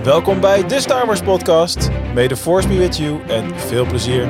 Welkom bij de Star Wars podcast. May the Force be with you en veel plezier.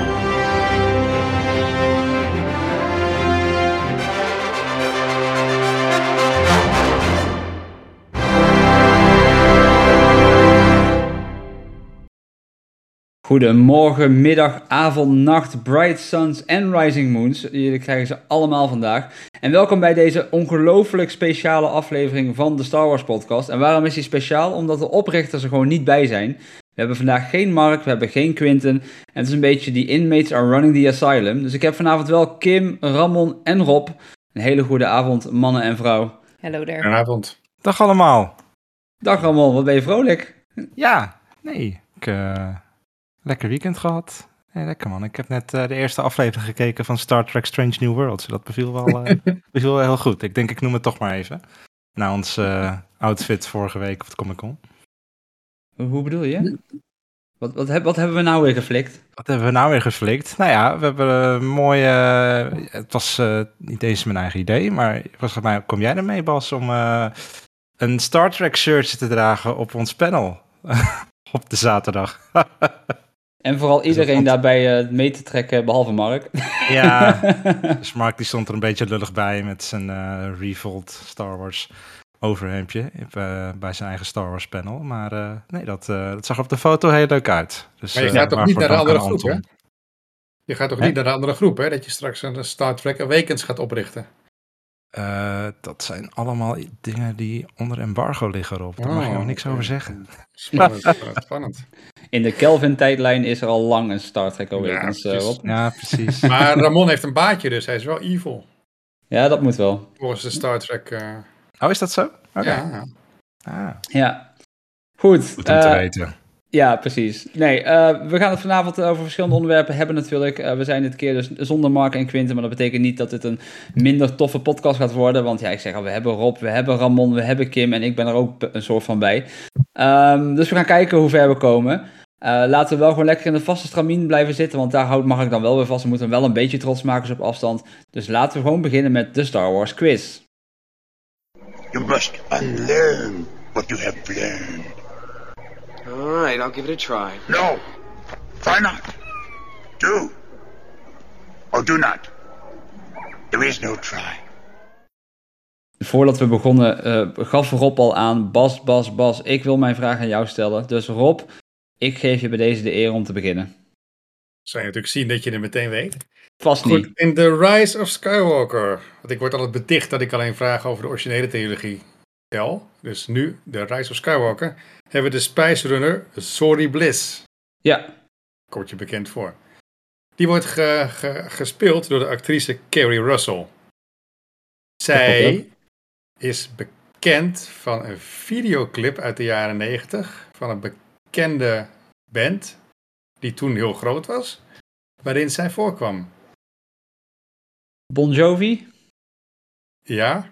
Goedemorgen, middag, avond, nacht, bright suns en rising moons. Jullie krijgen ze allemaal vandaag. En welkom bij deze ongelooflijk speciale aflevering van de Star Wars podcast. En waarom is die speciaal? Omdat de oprichters er gewoon niet bij zijn. We hebben vandaag geen Mark, we hebben geen Quinten. En het is een beetje die inmates are running the asylum. Dus ik heb vanavond wel Kim, Ramon en Rob. Een hele goede avond, mannen en vrouw. Hallo daar. Goedenavond. Dag allemaal. Dag Ramon, wat ben je vrolijk? Ja, nee, lekker weekend gehad. Nee, lekker man. Ik heb net de eerste aflevering gekeken van Star Trek Strange New Worlds. Dat beviel wel heel goed. Ik denk ik noem het toch maar even. Na ons outfit vorige week op het Comic-Con. Hoe bedoel je? Wat hebben we nou weer geflikt? Wat hebben we nou weer geflikt? Nou ja, we hebben een mooie... het was niet eens mijn eigen idee, maar volgens mij kom jij ermee, Bas, om een Star Trek shirtje te dragen op ons panel. Op de zaterdag. En vooral iedereen daarbij mee te trekken, behalve Mark. Ja, dus Mark die stond er een beetje lullig bij met zijn Revolt Star Wars overhemdje bij zijn eigen Star Wars panel. Maar nee, dat zag er op de foto heel leuk uit. Dus, maar je gaat toch niet naar de andere groep, hè? Je gaat toch Hè? niet naar de andere groep, hè? Dat je straks een Star Trek Awakens gaat oprichten. Dat zijn allemaal dingen die onder embargo liggen, Rob. Daar mag je nog niks over zeggen. Spannend. In de Kelvin-tijdlijn is er al lang een Star Trek Awakens, Rob. Ja, precies. Maar Ramon heeft een baardje, dus hij is wel evil. Ja, dat moet wel. Volgens de Star Trek... Oh, is dat zo? Oké. Ja. Ja. Goed. Goed om te weten. Ja, precies. Nee, we gaan het vanavond over verschillende onderwerpen hebben natuurlijk. We zijn dit keer dus zonder Mark en Quinten, maar dat betekent niet dat dit een minder toffe podcast gaat worden. Want ja, ik zeg al, we hebben Rob, we hebben Ramon, we hebben Kim en ik ben er ook een soort van bij. Dus we gaan kijken hoe ver we komen. Laten we wel gewoon lekker in de vaste stramien blijven zitten, want daar houdt Mark dan wel weer vast. We moeten hem wel een beetje trots maken op afstand. Dus laten we gewoon beginnen met de Star Wars quiz. You must unlearn what you have learned. All right, I'll give it a try. No, try not. Do or do not. There is no try. Voordat we begonnen gaf Rob al aan, Bas, ik wil mijn vraag aan jou stellen. Dus Rob, ik geef je bij deze de eer om te beginnen. Zou je natuurlijk zien dat je het meteen weet. Vast niet. Goed, in The Rise of Skywalker. Want ik word altijd beticht dat ik alleen vragen over de originele trilogie stel. Dus nu, The Rise of Skywalker, hebben we de Spice Runner Sorry Bliss. Ja. Komt je bekend voor. Die wordt gespeeld door de actrice Kerry Russell. Zij is bekend van een videoclip uit de jaren 90 van een bekende band die toen heel groot was, waarin zij voorkwam. Bon Jovi? Ja?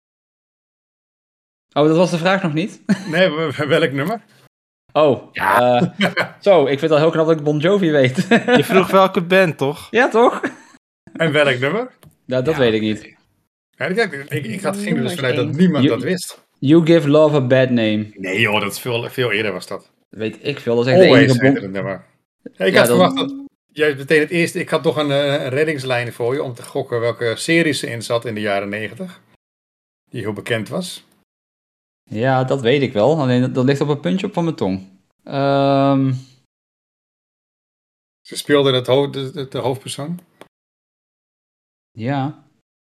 Oh, dat was de vraag nog niet? Nee, welk nummer? Oh, ja. Zo, ik vind het al heel knap dat ik Bon Jovi weet. Je vroeg welke band, toch? Ja, toch? En welk nummer? Nou, dat weet ik niet. Ja, ik ging er dus vanuit dat niemand dat wist. You Give Love a Bad Name. Nee joh, dat is veel eerder was dat. Weet ik veel, dat is echt de Always enige het nummer. Ja, ik had verwacht dat jij meteen het eerste... Ik had toch een reddingslijn voor je om te gokken welke serie ze in zat in de jaren 90. Die heel bekend was. Ja, dat weet ik wel. Alleen dat ligt op een puntje op van mijn tong. Ze speelde de hoofdpersoon. Ja.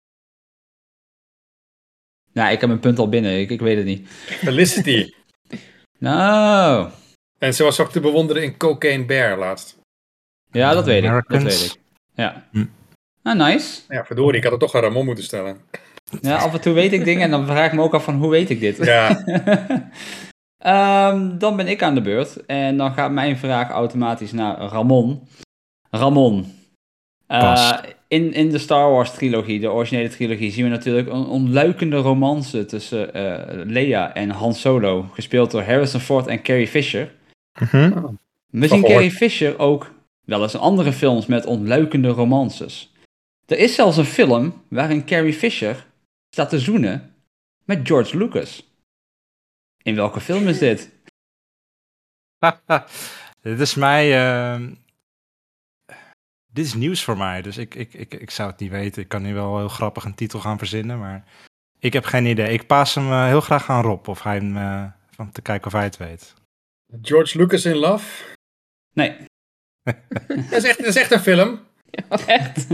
Nou, ik heb mijn punt al binnen. Ik weet het niet. Felicity. Nou. En ze was ook te bewonderen in Cocaine Bear laatst. Ja, dat weet ik. Americans. Dat weet ik. Ja. Ah, nice. Ja, verdorie, ik had het toch aan Ramon moeten stellen. Ja, af en toe weet ik dingen en dan vraag ik me ook af van hoe weet ik dit? Ja. Dan ben ik aan de beurt en dan gaat mijn vraag automatisch naar Ramon. Ramon. In de Star Wars trilogie, de originele trilogie, zien we natuurlijk een ontluikende romance tussen Leia en Han Solo, gespeeld door Harrison Ford en Carrie Fisher. Mm-hmm. We zien Carrie Fisher ook wel eens in andere films met ontluikende romances. Er is zelfs een film waarin Carrie Fisher staat te zoenen met George Lucas. In welke film is dit? Dit is dit is nieuws voor mij, dus ik zou het niet weten. Ik kan nu wel heel grappig een titel gaan verzinnen, maar ik heb geen idee. Ik paas hem heel graag aan Rob, of hij hem, van te kijken of hij het weet. George Lucas in Love. Nee. Dat is echt een film. Wat echt?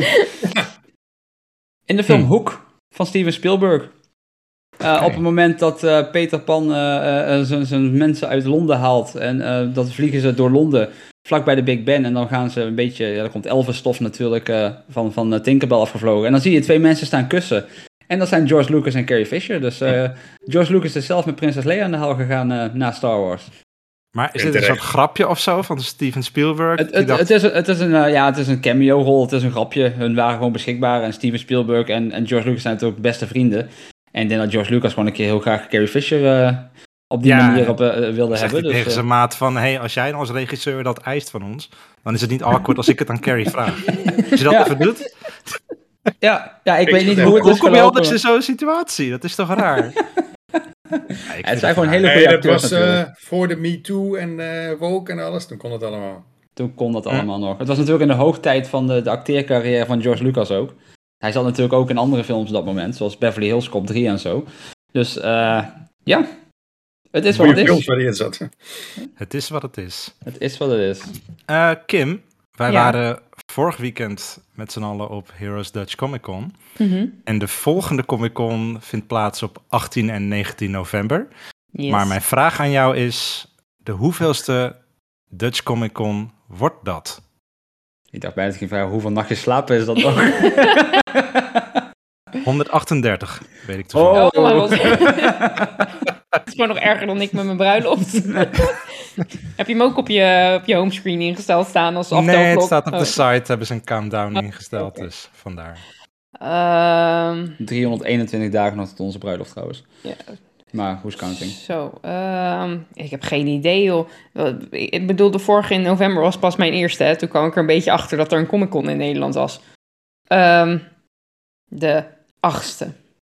In de film Hook van Steven Spielberg. Op het moment dat Peter Pan zijn mensen uit Londen haalt. En dat vliegen ze door Londen, vlak bij de Big Ben. En dan gaan ze een beetje, er komt Elvis-stof natuurlijk van Tinkerbell afgevlogen. En dan zie je 2 mensen staan kussen. En dat zijn George Lucas en Carrie Fisher. Dus George Lucas is zelf met prinses Leia aan de haal gegaan na Star Wars. Maar is dit een soort grapje of zo van Steven Spielberg? Het is een cameo-rol, het is een grapje. Hun waren gewoon beschikbaar en Steven Spielberg en George Lucas zijn natuurlijk beste vrienden. En ik denk dat George Lucas gewoon een keer heel graag Carrie Fisher op die manier wilde hebben. Dus, tegen zijn maat van, als jij als regisseur dat eist van ons, dan is het niet awkward als ik het aan Carrie vraag. Als je dat even doet... Ja, ik weet niet hoe het is Hoe kom je anders in zo'n situatie? Dat is toch raar? Het zijn gewoon hele goede acteurs natuurlijk. Dat was voor de Me Too en woke en alles, toen kon het allemaal. Toen kon dat allemaal nog. Het was natuurlijk in de hoogtijd van de acteercarrière van George Lucas ook. Hij zat natuurlijk ook in andere films op dat moment, zoals Beverly Hills Cop 3 en zo. Dus ja, het is wat het is. Films waar hij in zat. Het is wat het is. Het is wat het is. Kim, wij waren vorig weekend met z'n allen op Heroes Dutch Comic Con. Mm-hmm. En de volgende Comic Con vindt plaats op 18 en 19 november. Yes. Maar mijn vraag aan jou is, de hoeveelste Dutch Comic Con wordt dat? Ik dacht bijna dat ik ging vragen, hoeveel nachtjes slapen is dat nog? 138, weet ik toevallig. Oh, wat... Het is gewoon nog erger dan ik met mijn bruiloft. Heb je hem ook op je homescreen ingesteld staan als aftelklok? Nee, het staat op de site, hebben ze een countdown ingesteld, dus vandaar. 321 dagen nog tot onze bruiloft trouwens. Ja. Maar who's counting? Zo, ik heb geen idee, joh. Ik bedoel, de vorige in november was pas mijn eerste. Hè. Toen kwam ik er een beetje achter dat er een Comic-Con in Nederland was. De 8e.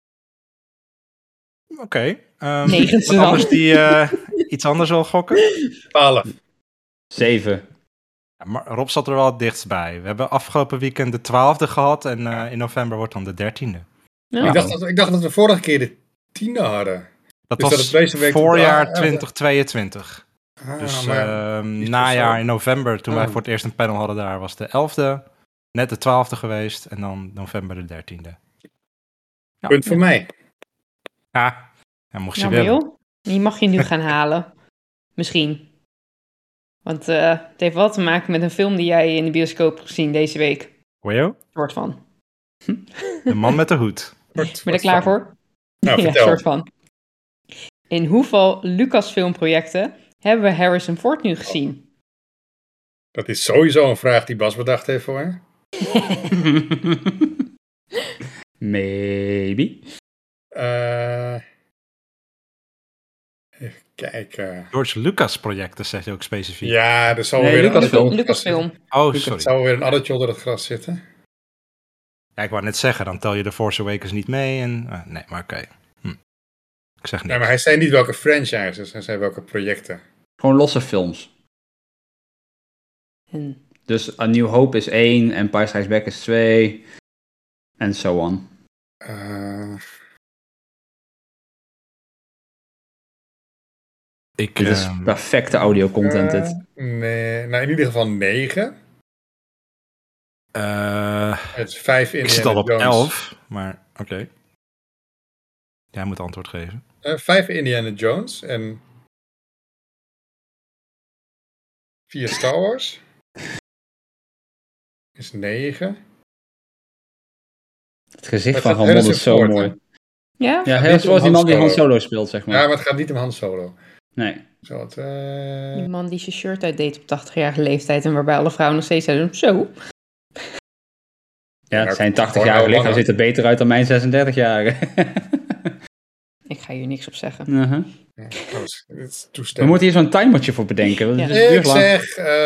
Oké. 9e Wat anders die iets anders wil gokken? 12. 7. Ja, maar Rob zat er wel het dichtst bij. We hebben afgelopen weekend de 12e gehad en in november wordt dan de 13e. Ja. Ik dacht dat we vorige keer de 10e hadden. Dat Dus was dat het deze week voorjaar 2022. Dus najaar in november, toen wij voor het eerst een panel hadden daar, was de 11e. Net de 12e geweest en dan november de 13e. Ja. Punt voor mij. Ja, mocht je Nou, willen. joh, die mag je nu gaan halen. Misschien. Want het heeft wel te maken met een film die jij in de bioscoop hebt gezien deze week. Hojo? Soort van. De man met de hoed. Ben je er klaar voor? Nou, Ja, vertel. soort van. In hoeveel Lucasfilm-projecten hebben we Harrison Ford nu gezien? Dat is sowieso een vraag die Bas bedacht heeft voor je. Maybe. Even kijken. George Lucas projecten, zegt hij ook specifiek. Ja, er zal Nee, weer Lucasfilm. Lucasfilm. Oh, Er sorry. zal weer een addertje onder het gras zitten. Ja, ik wou net zeggen, dan tel je de Force Awakens niet mee. En, nee, maar oké. Ik zeg Nee, niks. maar hij zei niet welke franchises, hij zei welke projecten. Gewoon losse films. En Dus A New Hope is 1, Empire Strikes Back is 2, en so on. Ik, Dit is perfecte audio-content, dit. Nee, nou in ieder geval 9. Het is 5 ik zit Indiana al op Jones. 11, maar oké. Jij moet antwoord geven. 5 Indiana Jones en 4 Star Wars. Is 9. Het gezicht Maar van het Ramon Harrison is zo Ford, mooi. hè? ja? Ja, niet hij is om zoals die Han man die Han Solo. Solo speelt, zeg maar. Ja, maar het gaat niet om Han Solo. Nee. Zo wat, Die man die zijn shirt uitdeed op 80-jarige leeftijd en waarbij alle vrouwen nog steeds zeiden, zo. Ja, Nou, zijn gewoon 80-jarige lichaam langer. ziet er beter uit dan mijn 36-jarige. Ik ga hier niks op zeggen. Uh-huh. Ja, dat is We toestemming. moeten hier zo'n timertje voor bedenken. want Ja. het duurt Ik lang. zeg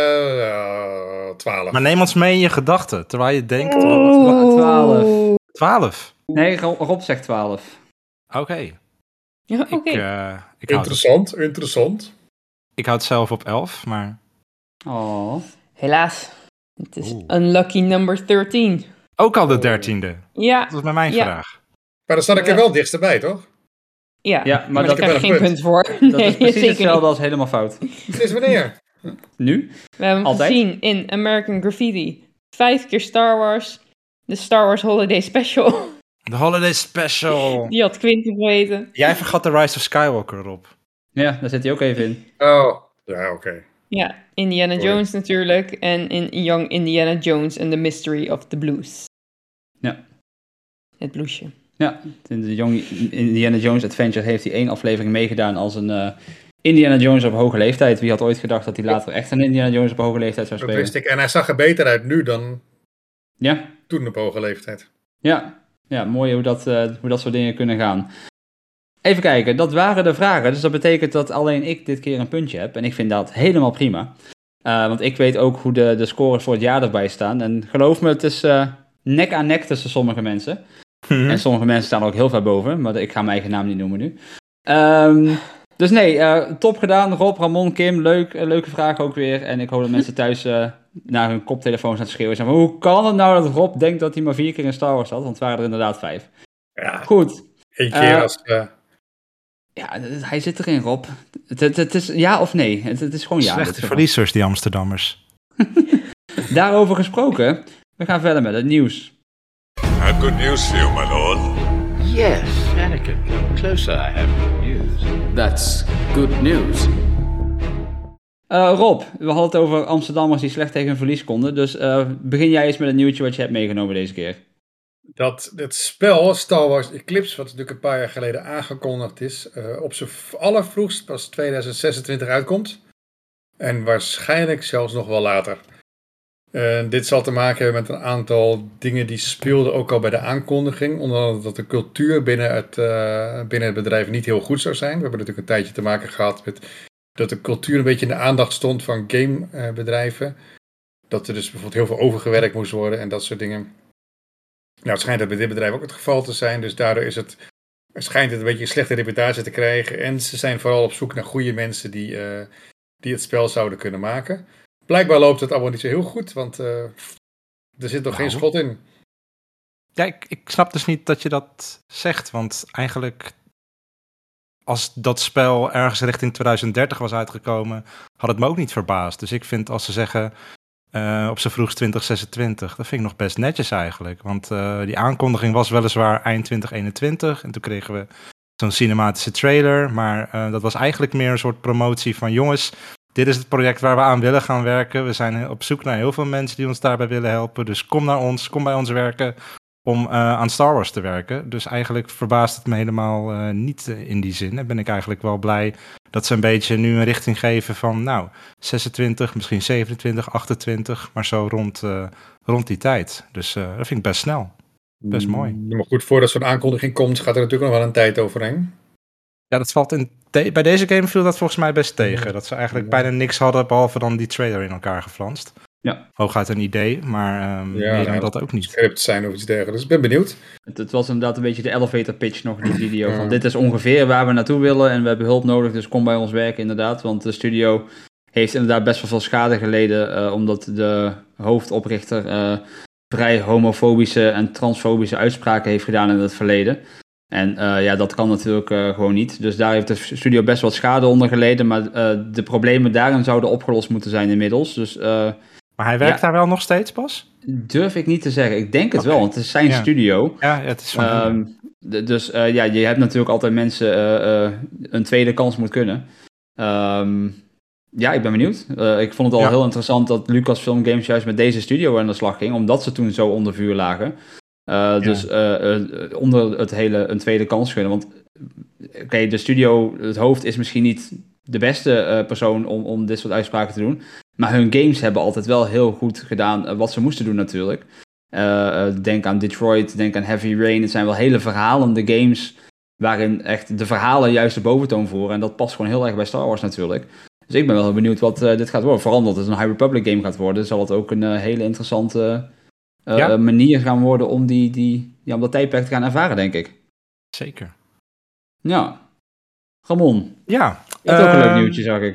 12. Maar neem ons mee in je gedachten, terwijl je denkt... 12. 12. Nee, Rob zegt 12. Oké. Ja, oké. Ik hou het. Interessant. Ik houd zelf op 11, maar... Oh. Helaas. Het is Oeh. unlucky number 13. Ook al de 13e. Ja, Dat was bij mijn Ja. vraag. Maar dan sta ik er wel dichtstbij, toch? ja. Ja, maar maar dat, daar krijg je wel geen een punt voor. dat Nee, is precies zeker hetzelfde niet. als helemaal fout. Sinds wanneer? Nu? We hebben hem Altijd? gezien in American Graffiti. 5 keer Star Wars. De Star Wars Holiday Special. De Holiday Special. Die had Quinten geweten. Jij vergat de Rise of Skywalker op. Ja, daar zit hij ook even in. Oh, ja, oké. Ja, Indiana Sorry. Jones natuurlijk. En in Young Indiana Jones and the Mystery of the Blues. Ja. Het bluesje. Ja, in de Young Indiana Jones Adventure heeft hij 1 aflevering meegedaan als een Indiana Jones op hoge leeftijd. Wie had ooit gedacht dat hij later echt een Indiana Jones op hoge leeftijd zou Dat spelen? wist ik. En hij zag er beter uit nu dan Ja, toen op hoge leeftijd. ja, mooi hoe dat soort dingen kunnen gaan. Even kijken, dat waren de vragen. Dus dat betekent dat alleen ik dit keer een puntje heb. En ik vind dat helemaal prima. Want ik weet ook hoe de scores voor het jaar erbij staan. En geloof me, het is nek aan nek tussen sommige mensen. En sommige mensen staan er ook heel ver boven. Maar ik ga mijn eigen naam niet noemen nu. Dus nee, top gedaan. Rob, Ramon, Kim, leuke vraag ook weer. En ik hoop dat mensen thuis naar hun koptelefoons aan het schreeuwen zijn. Maar hoe kan het nou dat Rob denkt dat hij maar 4 keer in Star Wars had? Want het waren er inderdaad 5. Ja, Goed. één keer als... Ja, hij zit erin, Rob. Het is ja of nee? Het is gewoon ja. Slechte verliezers, die Amsterdammers. Daarover gesproken, we gaan verder met het nieuws. I have good news for you, my lord. Yes, Anakin, come closer. I have good news. That's good news. Rob, we hadden het over Amsterdammers die slecht tegen een verlies konden. Dus begin jij eens met een nieuwtje wat je hebt meegenomen deze keer. Dat het spel Star Wars Eclipse, wat natuurlijk een paar jaar geleden aangekondigd is, op zijn allervroegst pas 2026 uitkomt. En waarschijnlijk zelfs nog wel later. Dit zal te maken hebben met een aantal dingen die speelden ook al bij de aankondiging. Onder andere dat de cultuur binnen het bedrijf niet heel goed zou zijn. We hebben natuurlijk een tijdje te maken gehad met dat de cultuur een beetje in de aandacht stond van gamebedrijven. Dat er dus bijvoorbeeld heel veel overgewerkt moest worden en dat soort dingen. Nou, het schijnt dat bij dit bedrijf ook het geval te zijn. Dus daardoor schijnt het een beetje een slechte reputatie te krijgen. En ze zijn vooral op zoek naar goede mensen die het spel zouden kunnen maken. Blijkbaar loopt het allemaal niet zo heel goed, want er zit nog geen schot in. Ja, ik snap dus niet dat je dat zegt, want eigenlijk als dat spel ergens richting 2030 was uitgekomen, had het me ook niet verbaasd. Dus ik vind als ze zeggen op z'n vroegst 2026, dat vind ik nog best netjes eigenlijk. Want die aankondiging was weliswaar eind 2021 en toen kregen we zo'n cinematische trailer, maar dat was eigenlijk meer een soort promotie van jongens, dit is het project waar we aan willen gaan werken. We zijn op zoek naar heel veel mensen die ons daarbij willen helpen. Dus kom bij ons werken om aan Star Wars te werken. Dus eigenlijk verbaast het me helemaal niet in die zin. En ben ik eigenlijk wel blij dat ze een beetje nu een richting geven van 26, misschien 27, 28, maar zo rond die tijd. Dus dat vind ik best snel. Best mooi. Maar goed, voordat zo'n aankondiging komt, gaat er natuurlijk nog wel een tijd overheen. Ja, dat valt bij deze game viel dat volgens mij best tegen. Dat ze eigenlijk bijna niks hadden, behalve dan die trailer in elkaar geflanst. Ja. Hooguit een idee, maar meer dan dat ook niet. Script zijn of iets dergelijks. Dus ik ben benieuwd. Het was inderdaad een beetje de elevator pitch nog, die video. Van dit is ongeveer waar we naartoe willen en we hebben hulp nodig, dus kom bij ons werken inderdaad. Want de studio heeft inderdaad best wel veel schade geleden, omdat de hoofdoprichter vrij homofobische en transfobische uitspraken heeft gedaan in het verleden. En dat kan natuurlijk gewoon niet. Dus daar heeft de studio best wat schade onder geleden. Maar de problemen daarin zouden opgelost moeten zijn inmiddels. Dus, maar hij werkt daar wel nog steeds pas? Durf ik niet te zeggen. Ik denk het wel, want het is zijn studio. Ja, het is van dus je hebt natuurlijk altijd mensen een tweede kans moet kunnen. Ik ben benieuwd. Ik vond het al heel interessant dat Lucasfilm Games juist met deze studio aan de slag ging. Omdat ze toen zo onder vuur lagen. Dus onder het hele een tweede kans gunnen. Want de studio, het hoofd is misschien niet de beste persoon om dit soort uitspraken te doen. Maar hun games hebben altijd wel heel goed gedaan wat ze moesten doen natuurlijk. Denk aan Detroit, denk aan Heavy Rain. Het zijn wel hele verhalende games waarin echt de verhalen juist de boventoon voeren. En dat past gewoon heel erg bij Star Wars natuurlijk. Dus ik ben wel benieuwd wat dit gaat worden. Vooral omdat het een High Republic game gaat worden, zal het ook een hele interessante manier gaan worden om om dat tijdperk te gaan ervaren, denk ik. Zeker. Ja. Ramon. Ja. Je hebt ook een leuk nieuwtje, zag ik.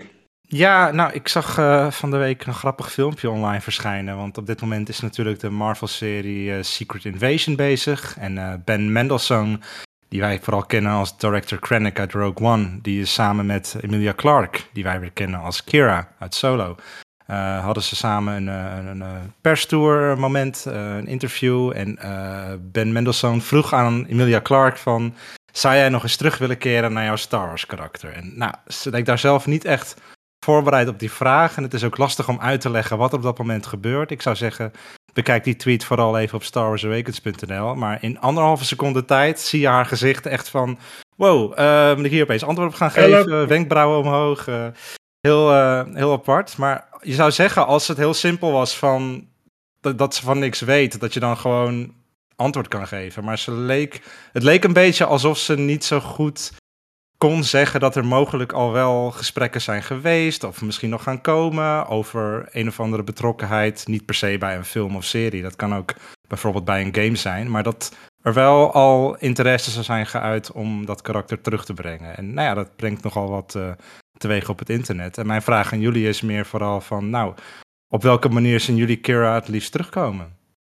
Ja, nou, ik zag van de week een grappig filmpje online verschijnen. Want op dit moment is natuurlijk de Marvel-serie Secret Invasion bezig. En Ben Mendelsohn, die wij vooral kennen als director Krennic uit Rogue One, die is samen met Emilia Clarke, die wij weer kennen als Qi'ra uit Solo, hadden ze samen een perstour moment, een interview. En Ben Mendelsohn vroeg aan Emilia Clarke van, zou jij nog eens terug willen keren naar jouw Star Wars karakter? En nou, ze leek daar zelf niet echt voorbereid op die vraag. En het is ook lastig om uit te leggen wat op dat moment gebeurt. Ik zou zeggen, bekijk die tweet vooral even op StarWarsAwakens.nl. Maar in 1,5 seconde tijd zie je haar gezicht echt van, wow, moet ik hier opeens antwoord op gaan geven? Wenkbrauwen omhoog. Heel apart. Maar je zou zeggen, als het heel simpel was van dat ze van niks weet, dat je dan gewoon antwoord kan geven. Maar het leek een beetje alsof ze niet zo goed kon zeggen dat er mogelijk al wel gesprekken zijn geweest, of misschien nog gaan komen, over een of andere betrokkenheid. Niet per se bij een film of serie. Dat kan ook bijvoorbeeld bij een game zijn. Maar dat er wel al interesse zou zijn geuit om dat karakter terug te brengen. En nou ja, dat brengt nogal wat teweeg op het internet. En mijn vraag aan jullie is meer vooral van, nou, op welke manier zien jullie Qi'ra het liefst terugkomen?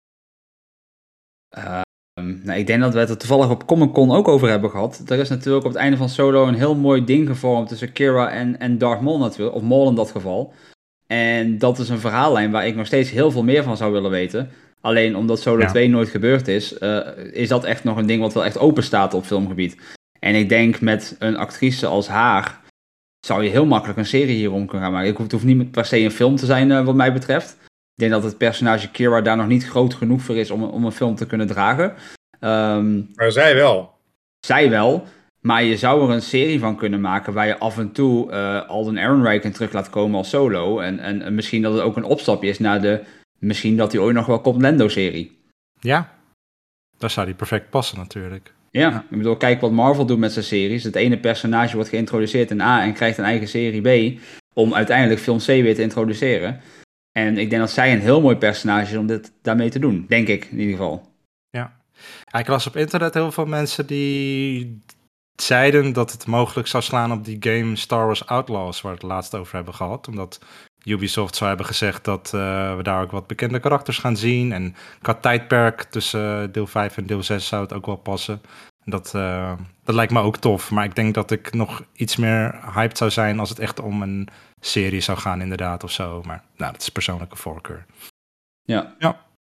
Nou, ik denk dat we het er toevallig op Comic-Con ook over hebben gehad. Er is natuurlijk op het einde van Solo een heel mooi ding gevormd tussen Qi'ra en Darth Maul natuurlijk, of Maul in dat geval. En dat is een verhaallijn waar ik nog steeds heel veel meer van zou willen weten. Alleen omdat Solo 2 nooit gebeurd is dat echt nog een ding wat wel echt open staat op filmgebied. En ik denk met een actrice als haar zou je heel makkelijk een serie hierom kunnen gaan maken. Het hoeft niet per se een film te zijn wat mij betreft. Ik denk dat het personage Qi'ra daar nog niet groot genoeg voor is om een film te kunnen dragen. Maar zij wel. Zij wel, maar je zou er een serie van kunnen maken waar je af en toe Alden Ehrenreich terug laat komen als Solo. En misschien dat het ook een opstapje is naar misschien dat hij ooit nog wel komt Lando-serie. Ja, daar zou die perfect passen natuurlijk. Ja, ik bedoel, kijk wat Marvel doet met zijn series. Het ene personage wordt geïntroduceerd in A en krijgt een eigen serie B, om uiteindelijk film C weer te introduceren. En ik denk dat zij een heel mooi personage is om dit daarmee te doen, denk ik in ieder geval. Ja, ik las op internet heel veel mensen die zeiden dat het mogelijk zou slaan op die game Star Wars Outlaws, waar we het laatst over hebben gehad. Omdat Ubisoft zou hebben gezegd dat we daar ook wat bekende karakters gaan zien. En qua tijdperk tussen deel 5 en deel 6 zou het ook wel passen. Dat lijkt me ook tof. Maar ik denk dat ik nog iets meer hyped zou zijn als het echt om een serie zou gaan inderdaad of zo. Maar nou, dat is persoonlijke voorkeur. Ja.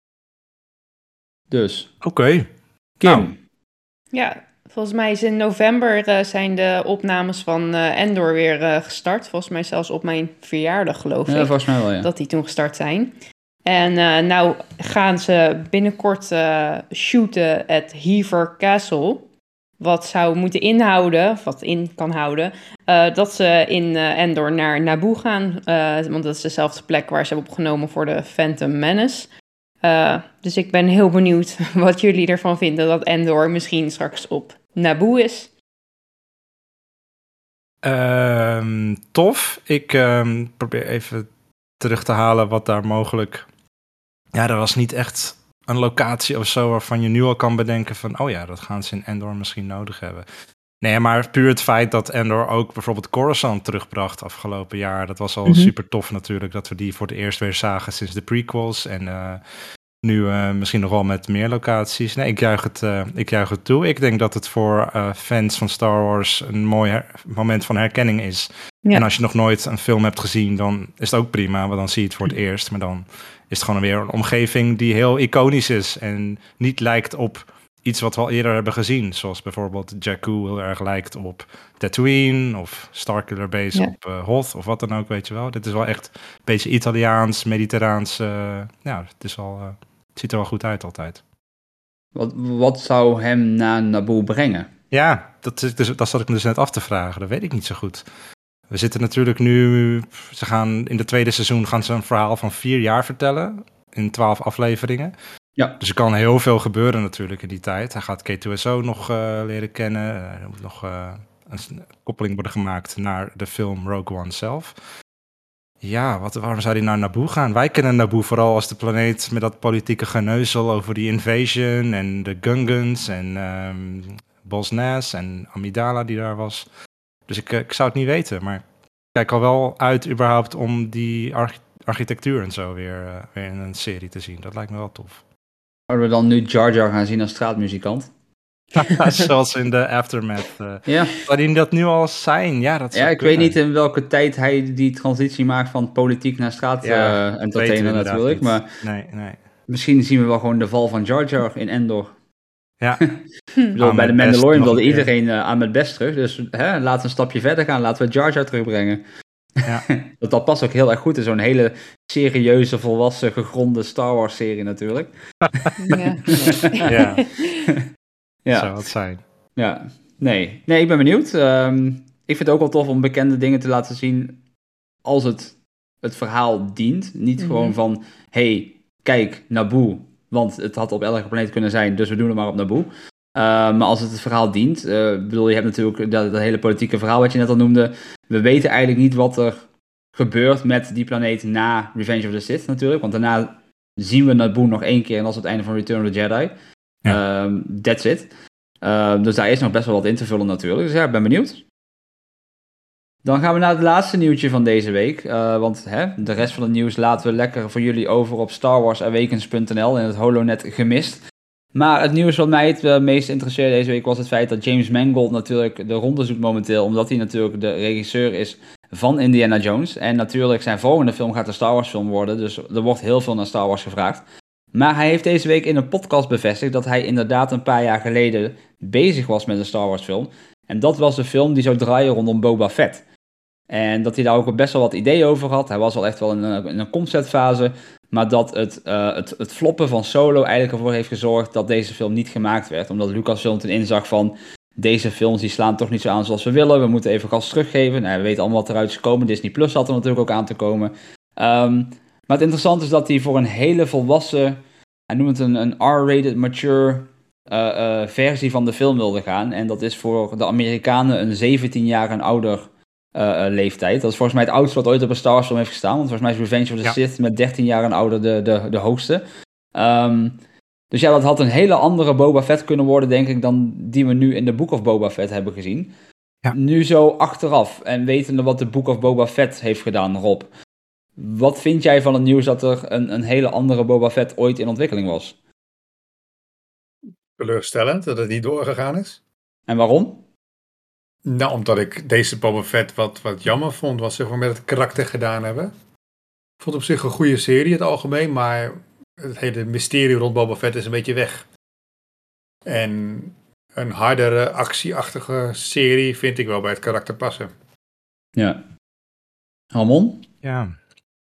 Dus. Oké. Kim. Nou. Ja, volgens mij is in november zijn de opnames van Andor weer gestart. Volgens mij zelfs op mijn verjaardag, geloof ik. Ja, volgens mij wel, ja. Dat die toen gestart zijn. En nou gaan ze binnenkort shooten at Hever Castle. Wat zou moeten inhouden, of wat in kan houden, dat ze in Andor naar Naboo gaan. Want dat is dezelfde plek waar ze hebben opgenomen voor de Phantom Menace. Dus ik ben heel benieuwd wat jullie ervan vinden dat Andor misschien straks op Naboo is. Tof. Ik probeer even terug te halen wat daar mogelijk... Ja, er was niet echt een locatie of zo waarvan je nu al kan bedenken van, oh ja, dat gaan ze in Andor misschien nodig hebben. Nee, maar puur het feit dat Andor ook bijvoorbeeld Coruscant terugbracht afgelopen jaar, dat was al super tof natuurlijk, dat we die voor het eerst weer zagen sinds de prequels. En nu misschien nog wel met meer locaties. Nee, ik juich het toe. Ik denk dat het voor fans van Star Wars een mooi moment van herkenning is. Ja. En als je nog nooit een film hebt gezien, dan is het ook prima, want dan zie je het voor het eerst. Maar dan is het gewoon weer een omgeving die heel iconisch is en niet lijkt op iets wat we al eerder hebben gezien. Zoals bijvoorbeeld Jakku heel erg lijkt op Tatooine of Starkiller Base op Hoth of wat dan ook, weet je wel. Dit is wel echt een beetje Italiaans, Mediterraans. Ja, het ziet er wel goed uit altijd. Wat zou hem naar Naboo brengen? Ja, dat zat ik me dus net af te vragen. Dat weet ik niet zo goed. We zitten natuurlijk nu... in de tweede seizoen gaan ze een verhaal van 4 jaar vertellen. In 12 afleveringen. Ja. Dus er kan heel veel gebeuren natuurlijk in die tijd. Hij gaat K2SO nog leren kennen. Er moet nog een koppeling worden gemaakt naar de film Rogue One zelf. Ja, waarom zou hij naar Naboo gaan? Wij kennen Naboo vooral als de planeet met dat politieke geneuzel over die invasion en de Gungans en Bos Nass en Amidala die daar was. Dus ik zou het niet weten, maar kijk al wel uit überhaupt om die architectuur en zo weer in een serie te zien. Dat lijkt me wel tof. Zouden we dan nu Jar Jar gaan zien als straatmuzikant? Zoals in de Aftermath. Ja. Zou die dat nu al zijn? Ja, dat zou ik kunnen. weet niet in welke tijd hij die transitie maakt van politiek naar straat-entertainer natuurlijk. Maar nee. misschien zien we wel gewoon de val van Jar Jar in Endor. Ja. Bij de Mandalorian wilde iedereen aan met best terug. Dus laten we een stapje verder gaan. Laten we Jar Jar terugbrengen. Ja. dat past ook heel erg goed in zo'n hele serieuze, volwassen, gegronde Star Wars serie natuurlijk. Ja. Ja. Zou het zijn. Ja. Nee, ik ben benieuwd. Ik vind het ook wel tof om bekende dingen te laten zien als het verhaal dient. Niet gewoon van, hey, kijk, Naboo. Want het had op elke planeet kunnen zijn, dus we doen het maar op Naboo. Maar als het verhaal dient, je hebt natuurlijk dat hele politieke verhaal wat je net al noemde. We weten eigenlijk niet wat er gebeurt met die planeet na Revenge of the Sith natuurlijk. Want daarna zien we Naboo nog 1 keer en dat is het einde van Return of the Jedi. Ja. That's it. Dus daar is nog best wel wat in te vullen natuurlijk. Dus ja, ik ben benieuwd. Dan gaan we naar het laatste nieuwtje van deze week. Want de rest van het nieuws laten we lekker voor jullie over op StarWarsAwakens.nl in het Holonet gemist. Maar het nieuws wat mij het meest interesseerde deze week was het feit dat James Mangold natuurlijk de ronde zoekt momenteel. Omdat hij natuurlijk de regisseur is van Indiana Jones. En natuurlijk zijn volgende film gaat een Star Wars film worden. Dus er wordt heel veel naar Star Wars gevraagd. Maar hij heeft deze week in een podcast bevestigd dat hij inderdaad een paar jaar geleden bezig was met een Star Wars film. En dat was de film die zou draaien rondom Boba Fett. En dat hij daar ook best wel wat ideeën over had. Hij was al echt wel in een conceptfase. Maar dat het floppen van Solo eigenlijk ervoor heeft gezorgd dat deze film niet gemaakt werd. Omdat Lucasfilm toen inzag van, deze films die slaan toch niet zo aan zoals we willen. We moeten even gas teruggeven. Nou, we weten allemaal wat eruit is gekomen. Disney Plus had er natuurlijk ook aan te komen. Maar het interessante is dat hij voor een hele volwassen, hij noemt het een R-rated mature versie van de film wilde gaan. En dat is voor de Amerikanen een 17 jaar en ouder leeftijd. Dat is volgens mij het oudste wat ooit op een Star Wars film heeft gestaan. Want volgens mij is Revenge of the Sith met 13 jaar en ouder de hoogste. Dus ja, dat had een hele andere Boba Fett kunnen worden, denk ik, dan die we nu in de Book of Boba Fett hebben gezien. Ja. Nu zo achteraf en wetende wat de Book of Boba Fett heeft gedaan, Rob. Wat vind jij van het nieuws dat er een hele andere Boba Fett ooit in ontwikkeling was? Teleurstellend dat het niet doorgegaan is. En waarom? Nou, omdat ik deze Boba Fett wat jammer vond, wat ze gewoon met het karakter gedaan hebben. Ik vond op zich een goede serie in het algemeen, maar het hele mysterie rond Boba Fett is een beetje weg. En een hardere, actieachtige serie vind ik wel bij het karakter passen. Ja. Ramon? Ja.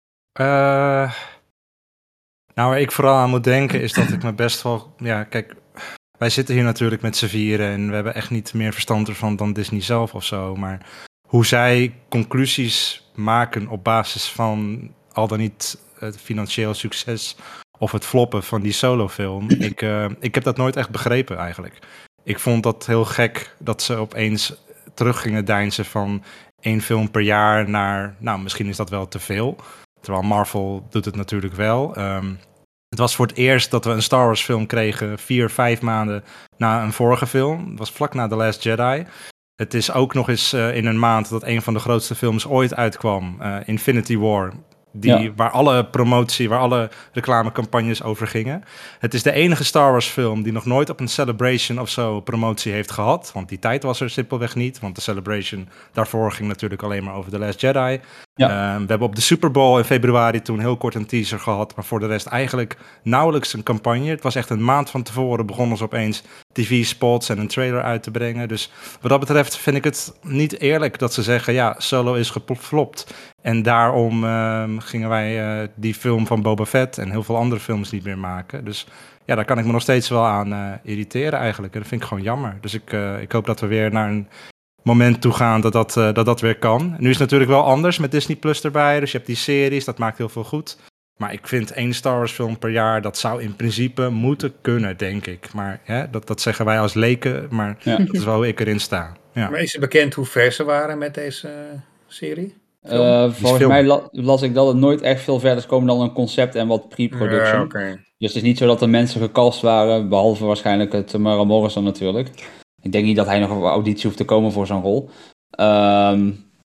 Nou, waar ik vooral aan moet denken is dat ik me best wel... Ja, kijk, wij zitten hier natuurlijk met z'n vieren en we hebben echt niet meer verstand ervan dan Disney zelf of zo. Maar hoe zij conclusies maken op basis van al dan niet het financieel succes of het floppen van die solofilm. Ik heb dat nooit echt begrepen eigenlijk. Ik vond dat heel gek dat ze opeens terug gingen deinzen van 1 film per jaar naar... Nou, misschien is dat wel te veel. Terwijl Marvel doet het natuurlijk wel. Het was voor het eerst dat we een Star Wars film kregen 4-5 maanden na een vorige film. Het was vlak na The Last Jedi. Het is ook nog eens in een maand dat een van de grootste films ooit uitkwam. Infinity War. Waar alle promotie, waar alle reclamecampagnes over gingen. Het is de enige Star Wars film die nog nooit op een Celebration of zo promotie heeft gehad. Want die tijd was er simpelweg niet. Want de Celebration daarvoor ging natuurlijk alleen maar over The Last Jedi. Ja. We hebben op de Super Bowl in februari toen heel kort een teaser gehad. Maar voor de rest eigenlijk nauwelijks een campagne. Het was echt een maand van tevoren begonnen ze opeens TV-spots en een trailer uit te brengen. Dus wat dat betreft vind ik het niet eerlijk dat ze zeggen... ja, Solo is geflopt. En daarom gingen wij die film van Boba Fett en heel veel andere films niet meer maken. Dus ja, daar kan ik me nog steeds wel aan irriteren eigenlijk. En dat vind ik gewoon jammer. Dus ik hoop dat we weer naar een moment toe gaan dat weer kan. Nu is het natuurlijk wel anders met Disney Plus erbij. Dus je hebt die series, dat maakt heel veel goed. Maar ik vind 1 Star Wars film per jaar, dat zou in principe moeten kunnen, denk ik. Maar dat zeggen wij als leken, maar dat is wel hoe ik erin sta. Ja. Maar is het bekend hoe ver ze waren met deze serie? Volgens mij las ik dat het nooit echt veel verder is komen dan een concept en wat pre-production. Ja, okay. Dus het is niet zo dat er mensen gecast waren, behalve waarschijnlijk Tamara Morrison natuurlijk. Ik denk niet dat hij nog op auditie hoeft te komen voor zo'n rol.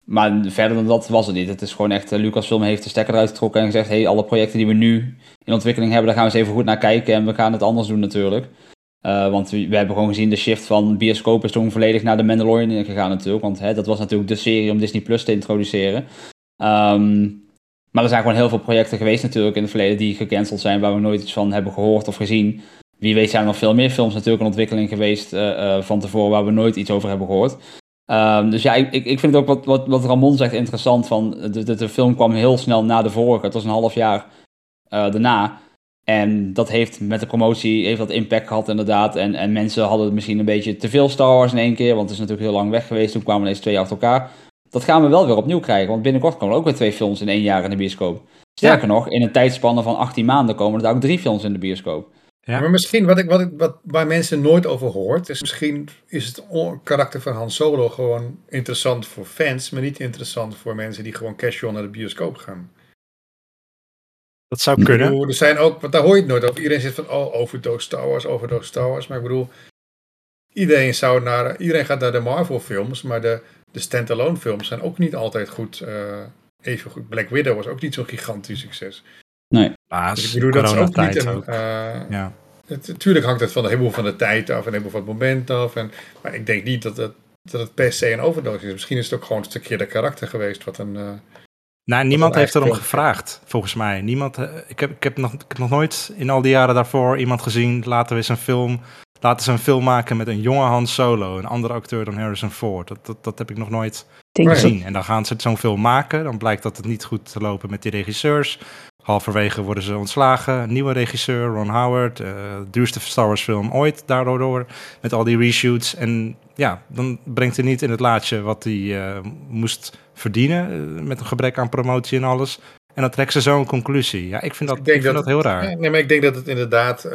Maar verder dan dat was het niet. Het is gewoon echt, Lucasfilm heeft de stekker eruit getrokken en gezegd, hey, alle projecten die we nu in ontwikkeling hebben, daar gaan we eens even goed naar kijken en we gaan het anders doen natuurlijk. Want we hebben gewoon gezien de shift van bioscoop is toen volledig naar de Mandalorian gegaan natuurlijk. Want dat was natuurlijk de serie om Disney Plus te introduceren. Maar er zijn gewoon heel veel projecten geweest natuurlijk in het verleden die gecanceld zijn, waar we nooit iets van hebben gehoord of gezien. Wie weet zijn er nog veel meer films natuurlijk in ontwikkeling geweest van tevoren waar we nooit iets over hebben gehoord. Dus ja, ik vind het ook wat Ramon zegt interessant. Van de film kwam heel snel na de vorige. Het was een half jaar daarna. En dat heeft met de promotie dat impact gehad inderdaad. En mensen hadden misschien een beetje te veel Star Wars in één keer. Want het is natuurlijk heel lang weg geweest. Toen kwamen ineens 2 achter elkaar. Dat gaan we wel weer opnieuw krijgen. Want binnenkort komen er ook weer 2 films in 1 jaar in de bioscoop. Sterker nog, in een tijdspanne van 18 maanden komen er ook 3 films in de bioscoop. Ja. Maar misschien wat waar mensen nooit over hoort, is misschien is het karakter van Han Solo gewoon interessant voor fans, maar niet interessant voor mensen die gewoon casual naar de bioscoop gaan. Dat zou kunnen. Bedoel, er zijn ook, want daar hoor je het nooit over. Iedereen zegt van, overdose Star Wars. Maar ik bedoel, iedereen gaat naar de Marvel films, maar de standalone films zijn ook niet altijd goed. Even goed. Black Widow was ook niet zo'n gigantisch succes. Nee. Dus ik bedoel, dat is ook niet ja. Natuurlijk hangt het van de heleboel van de tijd af en heleboel van het moment af. Maar ik denk niet dat het per se een overdose is. Misschien is het ook gewoon een stukje de karakter geweest wat een... niemand heeft erom gevraagd, volgens mij. Ik heb nog nooit in al die jaren daarvoor iemand gezien, laten ze een film maken met een jonge Han Solo, een andere acteur dan Harrison Ford. Dat heb ik nog nooit gezien. En dan gaan ze zo'n film maken, dan blijkt dat het niet goed te lopen met die regisseurs. Halverwege worden ze ontslagen. Een nieuwe regisseur, Ron Howard. De duurste Star Wars film ooit daardoor. Met al die reshoots. En ja, dan brengt hij niet in het laadje wat hij moest verdienen. Met een gebrek aan promotie en alles. En dan trekken ze zo'n conclusie. Ja, ik vind dat heel raar. Nee, maar ik denk dat het inderdaad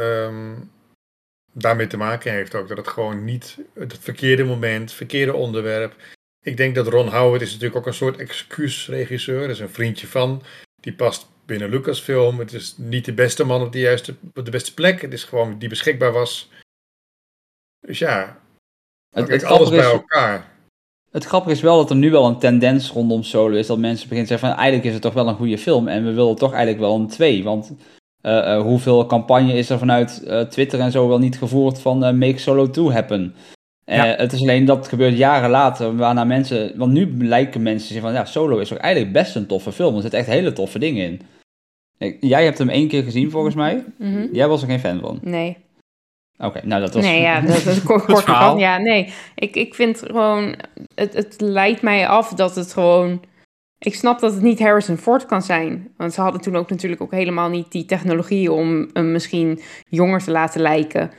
daarmee te maken heeft ook. Dat het gewoon niet het verkeerde moment, verkeerde onderwerp. Ik denk dat Ron Howard is natuurlijk ook een soort excuusregisseur. Dat is een vriendje van. Die past binnen Lucasfilm. Het is niet de beste man op de beste plek. Het is gewoon die beschikbaar was. Dus ja, het alles bij elkaar. Het grappige is wel dat er nu wel een tendens rondom Solo is. Dat mensen beginnen te zeggen van eigenlijk is het toch wel een goede film. En we willen toch eigenlijk wel een 2. Want hoeveel campagne is er vanuit Twitter en zo wel niet gevoerd van make Solo 2 happen. Het is alleen dat gebeurt jaren later, waarna mensen, want nu lijken mensen zich van, ja, Solo is ook eigenlijk best een toffe film. Er zitten echt hele toffe dingen in. Jij hebt hem 1 keer gezien volgens mij. Mm-hmm. Jij was er geen fan van. Nee. Oké, nou dat was... Nee, ja, dat is kort van. Ja, nee. Ik vind gewoon, het leidt mij af dat het gewoon... Ik snap dat het niet Harrison Ford kan zijn. Want ze hadden toen ook natuurlijk ook helemaal niet die technologie om hem misschien jonger te laten lijken.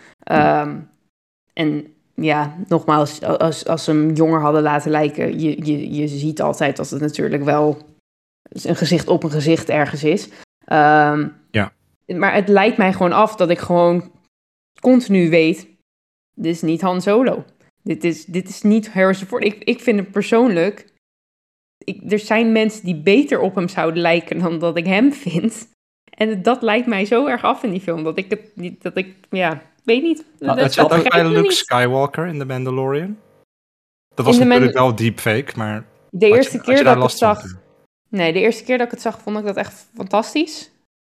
En ja, nogmaals, als ze hem jonger hadden laten lijken, je ziet altijd dat het natuurlijk wel een gezicht op een gezicht ergens is. Ja. Maar het leidt mij gewoon af dat ik gewoon continu weet, dit is niet Han Solo. Dit is niet Harrison Ford. Ik vind hem persoonlijk... er zijn mensen die beter op hem zouden lijken dan dat ik hem vind. En dat leidt mij zo erg af in die film, dat ik het niet... Dat ik, ja, weet niet. Het zat ook bij Luke Skywalker in The Mandalorian. Dat was natuurlijk wel deepfake, maar... De eerste keer dat ik het zag... Nee, de eerste keer dat ik het zag, vond ik dat echt fantastisch.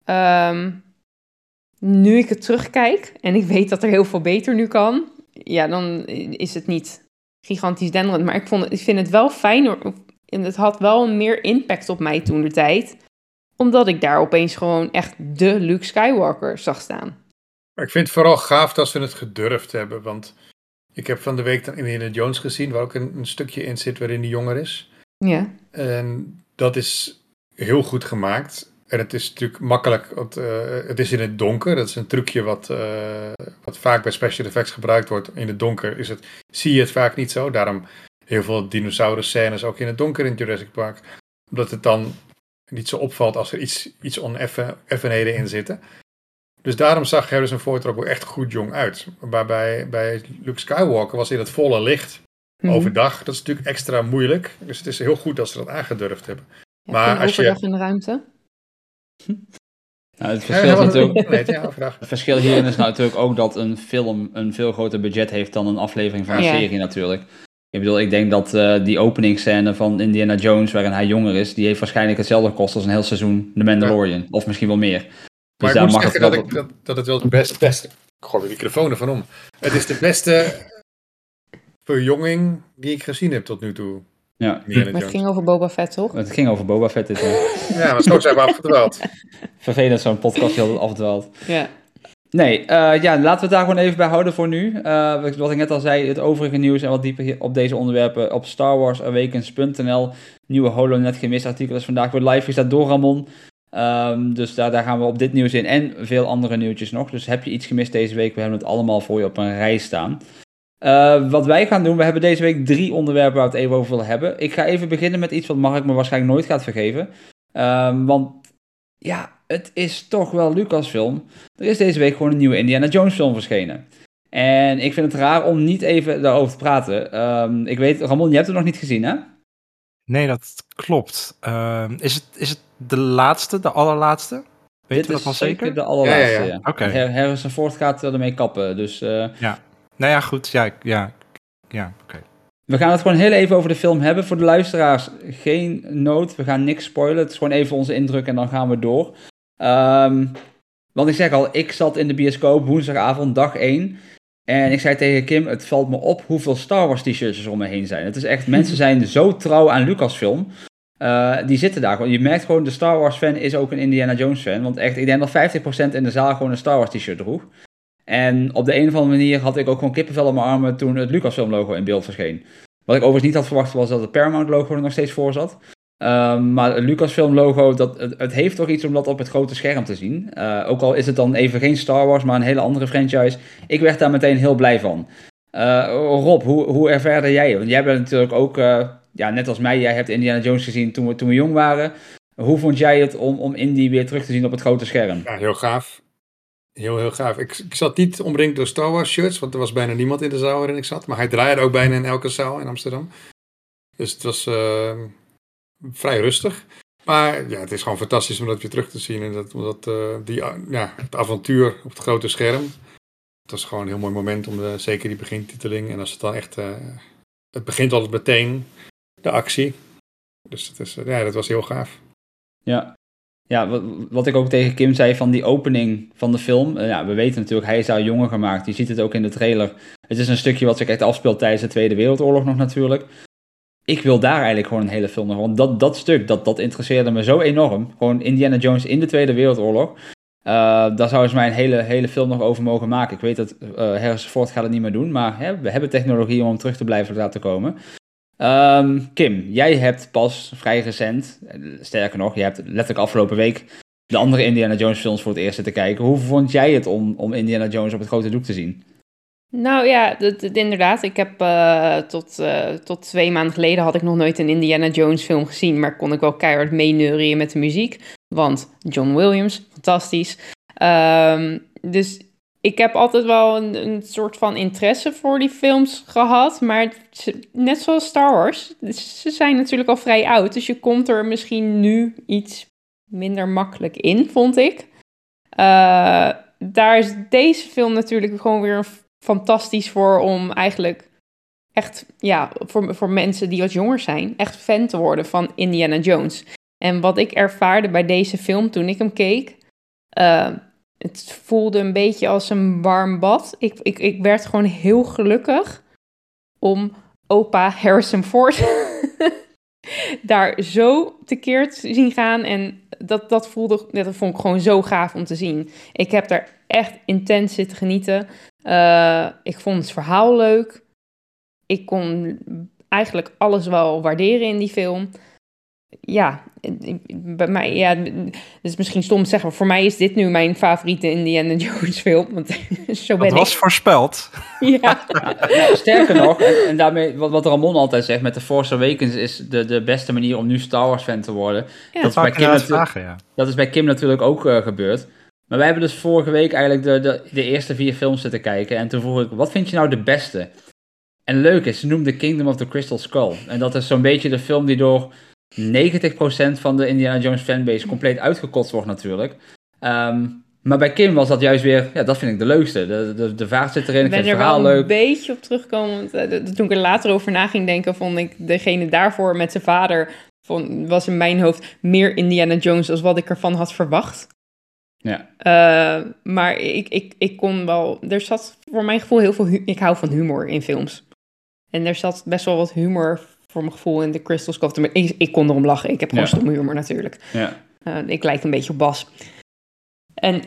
Nu ik het terugkijk en ik weet dat er heel veel beter nu kan, ja, dan is het niet gigantisch denderend. Maar ik vind het wel fijn, en het had wel meer impact op mij toen de tijd, omdat ik daar opeens gewoon echt de Luke Skywalker zag staan. Maar ik vind het vooral gaaf dat ze het gedurfd hebben, want ik heb van de week dan Indiana Jones gezien, waar ook een stukje in zit waarin hij jonger is. Ja. En dat is heel goed gemaakt. En het is natuurlijk makkelijk, want het is in het donker. Dat is een trucje wat vaak bij special effects gebruikt wordt. In het donker zie je het vaak niet zo. Daarom heel veel dinosaurus scènes ook in het donker in Jurassic Park. Omdat het dan niet zo opvalt als er iets oneffenheden in zitten. Dus daarom zag Harrison Ford er ook wel echt goed jong uit. Maar bij Luke Skywalker was in het volle licht overdag. Dat is natuurlijk extra moeilijk. Dus het is heel goed dat ze dat aangedurfd hebben. Ja, maar als overdag in de ruimte? Nou, het verschil hierin is natuurlijk ook dat een film een veel groter budget heeft dan een aflevering van een serie natuurlijk. Ik bedoel, ik denk dat die openingsscène van Indiana Jones, waarin hij jonger is, die heeft waarschijnlijk hetzelfde gekost als een heel seizoen The Mandalorian. Ja. Of misschien wel meer. Dus maar ik moet zeggen dat het wel de beste... Ik gooi de microfoon ervan om. Het is de beste verjonging die ik gezien heb tot nu toe. Ja. Maar het ging over Boba Fett, toch? Het ging over Boba Fett dit jaar. Ja, maar zo zijn we afgedwaald. Vervelend zo'n podcast heel afdwaalt. Ja. Nee, laten we het daar gewoon even bij houden voor nu. Wat ik net al zei, het overige nieuws en wat dieper op deze onderwerpen op StarWarsAwakens.nl. Nieuwe HoloNet gemist artikel is vandaag weer live gezet door Ramon. Dus daar gaan we op dit nieuws in en veel andere nieuwtjes nog. Dus heb je iets gemist deze week, we hebben het allemaal voor je op een rij staan. Wat wij gaan doen, we hebben deze week 3 onderwerpen waar we het even over willen hebben. Ik ga even beginnen met iets wat Mark me waarschijnlijk nooit gaat vergeven. Want ja, het is toch wel Lucasfilm. Er is deze week gewoon een nieuwe Indiana Jones film verschenen. En ik vind het raar om niet even daarover te praten. Ik weet, Ramon, je hebt het nog niet gezien, hè? Nee, dat klopt. Is het de laatste, de allerlaatste? Weet je dat al zeker? De allerlaatste, ja. Oké. Harrison Ford gaat ermee kappen, dus... Ja, nou ja, goed. Ja, oké. We gaan het gewoon heel even over de film hebben. Voor de luisteraars, geen nood. We gaan niks spoilen. Het is gewoon even onze indruk en dan gaan we door. Want ik zeg al, ik zat in de bioscoop woensdagavond, dag 1. En ik zei tegen Kim, het valt me op hoeveel Star Wars t-shirts er om me heen zijn. Het is echt, mensen zijn zo trouw aan Lucasfilm. Die zitten daar gewoon. Je merkt gewoon, de Star Wars fan is ook een Indiana Jones fan. Want echt, ik denk dat 50% in de zaal gewoon een Star Wars t-shirt droeg. En op de een of andere manier had ik ook gewoon kippenvel op mijn armen toen het Lucasfilm logo in beeld verscheen. Wat ik overigens niet had verwacht was dat het Paramount logo er nog steeds voor zat. Maar het Lucasfilm logo, het heeft toch iets om dat op het grote scherm te zien. Ook al is het dan even geen Star Wars, maar een hele andere franchise. Ik werd daar meteen heel blij van. Rob, hoe ervaarde jij het? Want jij bent natuurlijk ook, net als mij, jij hebt Indiana Jones gezien toen we jong waren. Hoe vond jij het om Indy weer terug te zien op het grote scherm? Ja, heel gaaf. Heel gaaf. Ik zat niet omringd door Star Wars shirts, want er was bijna niemand in de zaal waarin ik zat. Maar hij draaide ook bijna in elke zaal in Amsterdam. Dus het was vrij rustig. Maar ja, het is gewoon fantastisch om dat weer terug te zien. En het avontuur op het grote scherm. Het was gewoon een heel mooi moment om zeker die begintiteling. En als het dan echt... het begint altijd meteen, de actie. Dus dat was heel gaaf. Ja, wat ik ook tegen Kim zei van die opening van de film. We weten natuurlijk, hij is daar jonger gemaakt. Je ziet het ook in de trailer. Het is een stukje wat zich echt afspeelt tijdens de Tweede Wereldoorlog nog natuurlijk. Ik wil daar eigenlijk gewoon een hele film nog. Want dat stuk, dat interesseerde me zo enorm. Gewoon Indiana Jones in de Tweede Wereldoorlog. Daar zouden ze mij een hele film nog over mogen maken. Ik weet dat Harrison Ford gaat het niet meer doen. Maar we hebben technologie om terug te blijven laten komen. Kim, jij hebt pas vrij recent, sterker nog, je hebt letterlijk afgelopen week de andere Indiana Jones films voor het eerst zitten kijken. Hoe vond jij het om Indiana Jones op het grote doek te zien? Nou ja, inderdaad. Ik heb tot 2 maanden geleden had ik nog nooit een Indiana Jones film gezien, maar kon ik wel keihard meeneurien met de muziek. Want John Williams, fantastisch. Dus ik heb altijd wel een soort van interesse voor die films gehad. Maar net zoals Star Wars, ze zijn natuurlijk al vrij oud. Dus je komt er misschien nu iets minder makkelijk in, vond ik. Daar is deze film natuurlijk gewoon weer fantastisch voor om eigenlijk echt, voor mensen die wat jonger zijn, echt fan te worden van Indiana Jones. En wat ik ervaarde bij deze film toen ik hem keek, het voelde een beetje als een warm bad. Ik werd gewoon heel gelukkig om opa Harrison Ford daar zo tekeer te zien gaan. En dat vond ik gewoon zo gaaf om te zien. Ik heb daar echt intens zitten genieten. Ik vond het verhaal leuk. Ik kon eigenlijk alles wel waarderen in die film. Ja, bij mij, het is misschien stom te zeggen, maar voor mij is dit nu mijn favoriete Indiana Jones film. Want zo ben ik. Dat was voorspeld. Ja. Sterker nog, en daarmee, wat Ramon altijd zegt, met The Force Awakens is de beste manier om nu Star Wars fan te worden. Ja. Dat is bij Kim natuurlijk ook gebeurd. Maar wij hebben dus vorige week eigenlijk de eerste 4 films zitten kijken. En toen vroeg ik, wat vind je nou de beste? En leuk is, ze noemde Kingdom of the Crystal Skull. En dat is zo'n beetje de film die door 90% van de Indiana Jones fanbase compleet uitgekotst wordt natuurlijk. Maar bij Kim was dat juist weer, ja, dat vind ik de leukste. De vaart zit erin, ik vind het verhaal leuk. Ik ben er wel een beetje op terugkomen. Toen ik er later over na ging denken, vond ik degene daarvoor met zijn vader, was in mijn hoofd meer Indiana Jones als wat ik ervan had verwacht. Ja. Maar ik kon wel, er zat voor mijn gevoel heel veel, ik hou van humor in films. En er zat best wel wat humor voor mijn gevoel in de Crystal Skull. Maar ik kon erom lachen, ik heb gewoon stomme humor natuurlijk. Ja. Ik lijk een beetje op Bas. En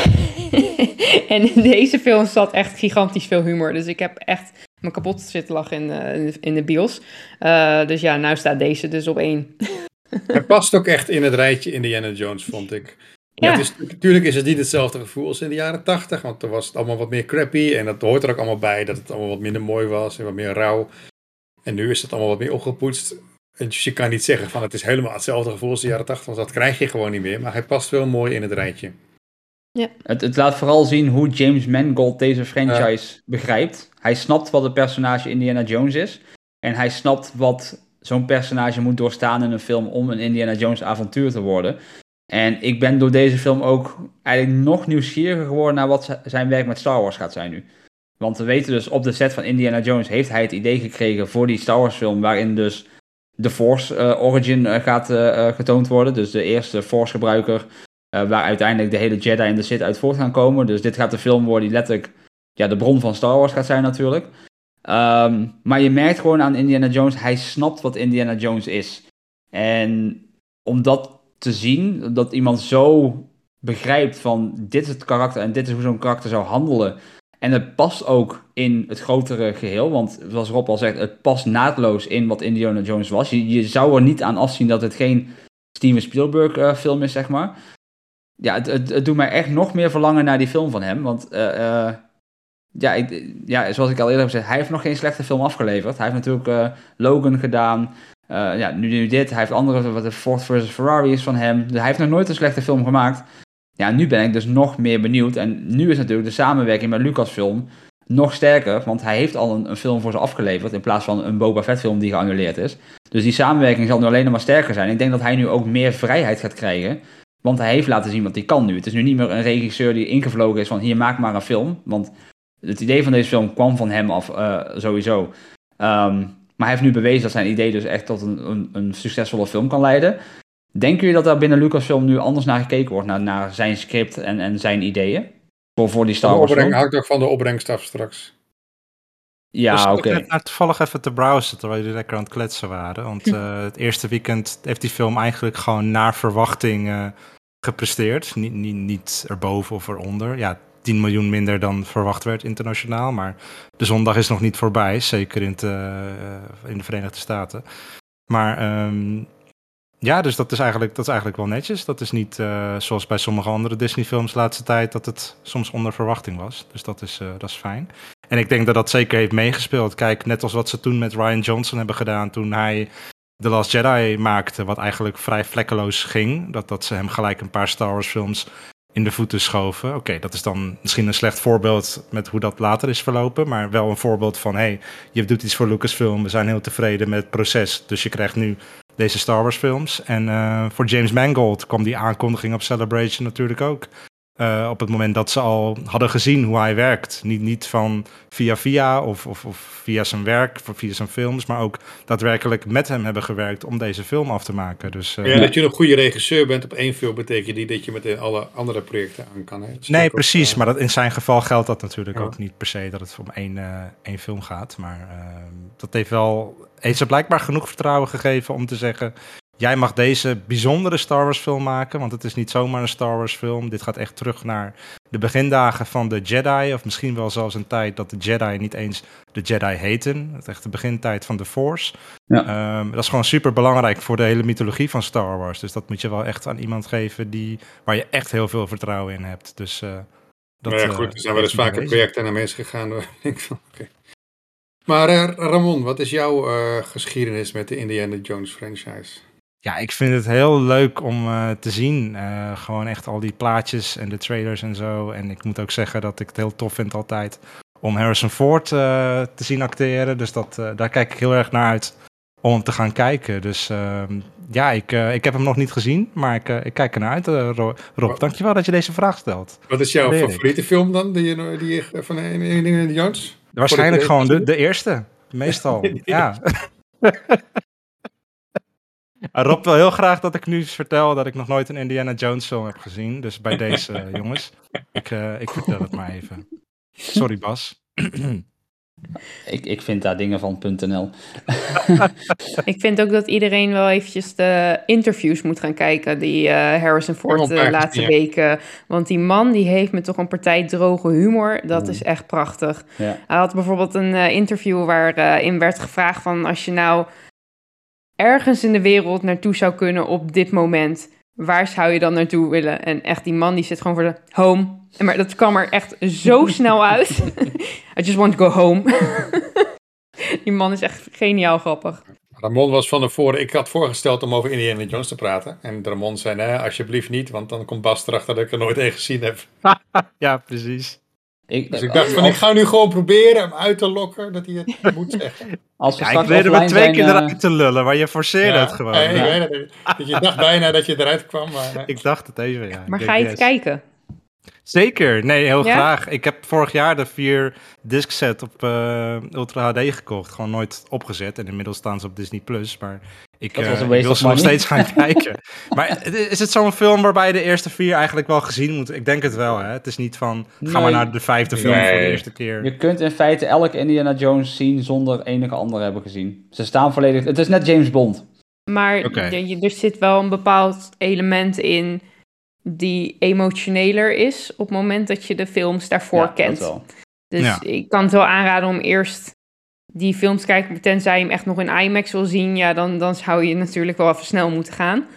in deze film zat echt gigantisch veel humor. Dus ik heb echt me kapot zitten lachen in de bios. Dus ja, nou staat deze dus op 1. Hij past ook echt in het rijtje Indiana Jones, vond ik. Ja. Natuurlijk is het niet hetzelfde gevoel als in de jaren 80. Want toen was het allemaal wat meer crappy. En dat hoort er ook allemaal bij. Dat het allemaal wat minder mooi was. En wat meer rauw. En nu is het allemaal wat meer opgepoetst. En dus je kan niet zeggen van het is helemaal hetzelfde gevoel als de jaren 80. Want dat krijg je gewoon niet meer. Maar hij past wel mooi in het rijtje. Ja. Het laat vooral zien hoe James Mangold deze franchise begrijpt. Hij snapt wat het personage Indiana Jones is. En hij snapt wat zo'n personage moet doorstaan in een film om een Indiana Jones avontuur te worden. En ik ben door deze film ook eigenlijk nog nieuwsgieriger geworden naar wat zijn werk met Star Wars gaat zijn nu. Want we weten dus, op de set van Indiana Jones heeft hij het idee gekregen voor die Star Wars film, waarin dus de Force origin gaat getoond worden. Dus de eerste Force gebruiker, waar uiteindelijk de hele Jedi en de Sith uit voort gaan komen. Dus dit gaat de film worden die letterlijk de bron van Star Wars gaat zijn natuurlijk. Maar je merkt gewoon aan Indiana Jones, hij snapt wat Indiana Jones is. En om dat te zien, dat iemand zo begrijpt van dit is het karakter en dit is hoe zo'n karakter zou handelen. En het past ook in het grotere geheel, want zoals Rob al zegt, het past naadloos in wat Indiana Jones was. Je zou er niet aan afzien dat het geen Steven Spielberg film is, zeg maar. Ja, het doet mij echt nog meer verlangen naar die film van hem, want zoals ik al eerder heb gezegd, hij heeft nog geen slechte film afgeleverd. Hij heeft natuurlijk Logan gedaan. Nu dit. Hij heeft andere, wat de Ford vs. Ferrari is van hem. Dus hij heeft nog nooit een slechte film gemaakt. Ja, nu ben ik dus nog meer benieuwd. En nu is natuurlijk de samenwerking met Lucasfilm nog sterker. Want hij heeft al een film voor ze afgeleverd. In plaats van een Boba Fett film die geannuleerd is. Dus die samenwerking zal nu alleen nog maar sterker zijn. Ik denk dat hij nu ook meer vrijheid gaat krijgen. Want hij heeft laten zien wat hij kan nu. Het is nu niet meer een regisseur die ingevlogen is van hier, maak maar een film. Want het idee van deze film kwam van hem af, sowieso. Maar hij heeft nu bewezen dat zijn idee dus echt tot een succesvolle film kan leiden. Denken jullie dat daar binnen Lucasfilm nu anders naar gekeken wordt? Naar zijn script en zijn ideeën? Voor die Star Wars film? Hangt ook van de opbrengst af straks. Ja, oké. Ik heb toevallig even te browsen terwijl jullie lekker aan het kletsen waren. Want het eerste weekend heeft die film eigenlijk gewoon naar verwachting gepresteerd. Niet erboven of eronder. Ja, 10 miljoen minder dan verwacht werd internationaal. Maar de zondag is nog niet voorbij. Zeker in de Verenigde Staten. Maar dus dat is eigenlijk wel netjes. Dat is niet zoals bij sommige andere Disney-films de laatste tijd, dat het soms onder verwachting was. Dus dat is fijn. En ik denk dat dat zeker heeft meegespeeld. Kijk, net als wat ze toen met Rian Johnson hebben gedaan toen hij The Last Jedi maakte, wat eigenlijk vrij vlekkeloos ging. Dat ze hem gelijk een paar Star Wars films in de voeten schoven. Oké, dat is dan misschien een slecht voorbeeld met hoe dat later is verlopen, maar wel een voorbeeld van, hey, je doet iets voor Lucasfilm, we zijn heel tevreden met het proces, dus je krijgt nu deze Star Wars films. En voor James Mangold kwam die aankondiging op Celebration natuurlijk ook. Op het moment dat ze al hadden gezien hoe hij werkt. Niet van via of via zijn werk, via zijn films, maar ook daadwerkelijk met hem hebben gewerkt om deze film af te maken. Dus, dat je een goede regisseur bent op één film betekent niet dat je met alle andere projecten aan kan. Hè? Nee, precies. Maar in zijn geval geldt dat natuurlijk ook niet per se dat het om één film gaat. Maar dat heeft ze blijkbaar genoeg vertrouwen gegeven om te zeggen, jij mag deze bijzondere Star Wars film maken, want het is niet zomaar een Star Wars film. Dit gaat echt terug naar de begindagen van de Jedi, of misschien wel zelfs een tijd dat de Jedi niet eens de Jedi heten. Het is echt de begintijd van de Force. Ja. Dat is gewoon super belangrijk voor de hele mythologie van Star Wars. Dus dat moet je wel echt aan iemand geven waar je echt heel veel vertrouwen in hebt. Dus goed, er zijn wel eens vaker projecten naar mensen gegaan. Okay. Maar Ramon, wat is jouw geschiedenis met de Indiana Jones franchise? Ja, ik vind het heel leuk om te zien. Gewoon echt al die plaatjes en de trailers en zo. En ik moet ook zeggen dat ik het heel tof vind altijd om Harrison Ford te zien acteren. Dus daar kijk ik heel erg naar uit om hem te gaan kijken. Dus ik heb hem nog niet gezien, maar ik kijk ernaar uit. Rob, dankjewel dat je deze vraag stelt. Wat is jouw favoriete film dan, die van Indiana Jones? Waarschijnlijk gewoon de eerste, meestal. Ja. Rob wil heel graag dat ik nu vertel dat ik nog nooit een Indiana Jones film heb gezien. Dus bij deze jongens, ik vertel het maar even. Sorry Bas. Ik vind daar dingen van .nl. Ik vind ook dat iedereen wel eventjes de interviews moet gaan kijken die Harrison Ford de laatste weken. Want die man die heeft me toch een partij droge humor. Dat is echt prachtig. Ja. Hij had bijvoorbeeld een interview waarin werd gevraagd van als je nou ergens in de wereld naartoe zou kunnen op dit moment, waar zou je dan naartoe willen? En echt, die man die zit gewoon voor de home. Maar dat kwam er echt zo snel uit. I just want to go home. Die man is echt geniaal grappig. Ramon was van tevoren, ik had voorgesteld om over Indiana Jones te praten. En Ramon zei, nee, alsjeblieft niet, want dan komt Bas erachter dat ik er nooit één gezien heb. Ja, precies. Dus ik dacht van, ik ga nu gewoon proberen hem uit te lokken dat hij het moet zeggen. Ik probeerde me 2 keer eruit te lullen, maar je forceerde het gewoon. Ik weet het. Je dacht bijna dat je eruit kwam. Maar, ik dacht het even, ja. Maar ga je het kijken? Zeker, nee, heel graag. Ik heb vorig jaar de 4 disc set op Ultra HD gekocht. Gewoon nooit opgezet. En inmiddels staan ze op Disney+. Maar ik wil ze nog steeds gaan kijken. Maar is het zo'n film waarbij de eerste 4 eigenlijk wel gezien moet? Ik denk het wel, hè. Het is niet van, ga maar naar de 5e film voor de eerste keer. Je kunt in feite elke Indiana Jones zien zonder enige andere hebben gezien. Ze staan volledig... Het is net James Bond. Maar er zit wel een bepaald element in die emotioneler is op het moment dat je de films daarvoor kent. Dus ik kan het wel aanraden om eerst die films te kijken, tenzij je hem echt nog in IMAX wil zien, dan zou je natuurlijk wel even snel moeten gaan.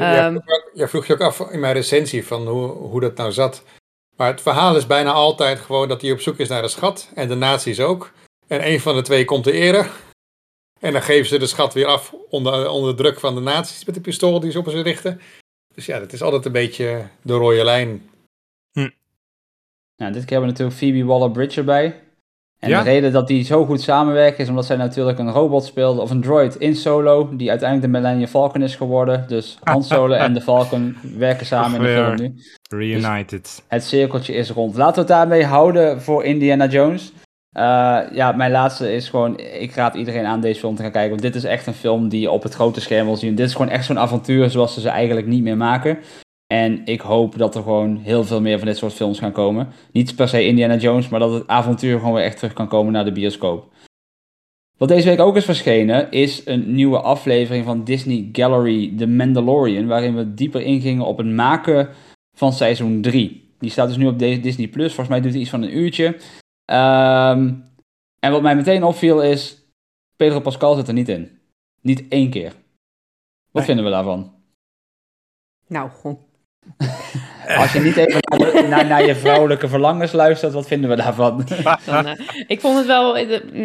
Jij vroeg je ook af in mijn recensie van hoe dat nou zat. Maar het verhaal is bijna altijd gewoon dat hij op zoek is naar de schat. En de nazi's ook. En een van de twee komt te ere. En dan geven ze de schat weer af onder druk van de nazi's met de pistool die ze op ze richten. Dus ja, dat is altijd een beetje de rode lijn. Nou, dit keer hebben we natuurlijk Phoebe Waller-Bridge erbij. En de reden dat die zo goed samenwerken is omdat zij natuurlijk een robot speelde, of een droid in Solo, die uiteindelijk de Millennium Falcon is geworden. Dus Han Solo en de Falcon werken samen in de film nu. Reunited. Dus het cirkeltje is rond. Laten we het daarmee houden voor Indiana Jones. Mijn laatste is gewoon, ik raad iedereen aan deze film te gaan kijken, want dit is echt een film die je op het grote scherm wil zien. Dit is gewoon echt zo'n avontuur zoals ze eigenlijk niet meer maken. En ik hoop dat er gewoon heel veel meer van dit soort films gaan komen. Niet per se Indiana Jones, maar dat het avontuur gewoon weer echt terug kan komen naar de bioscoop. Wat deze week ook is verschenen, is een nieuwe aflevering van Disney Gallery The Mandalorian, waarin we dieper ingingen op het maken van seizoen 3. Die staat dus nu op Disney+, volgens mij duurt het iets van een uurtje. En wat mij meteen opviel is, Pedro Pascal zit er niet in. Niet 1 keer. Wat vinden we daarvan? Nou, gewoon. Als je niet even naar je vrouwelijke verlangens luistert, wat vinden we daarvan? Ik vond het wel...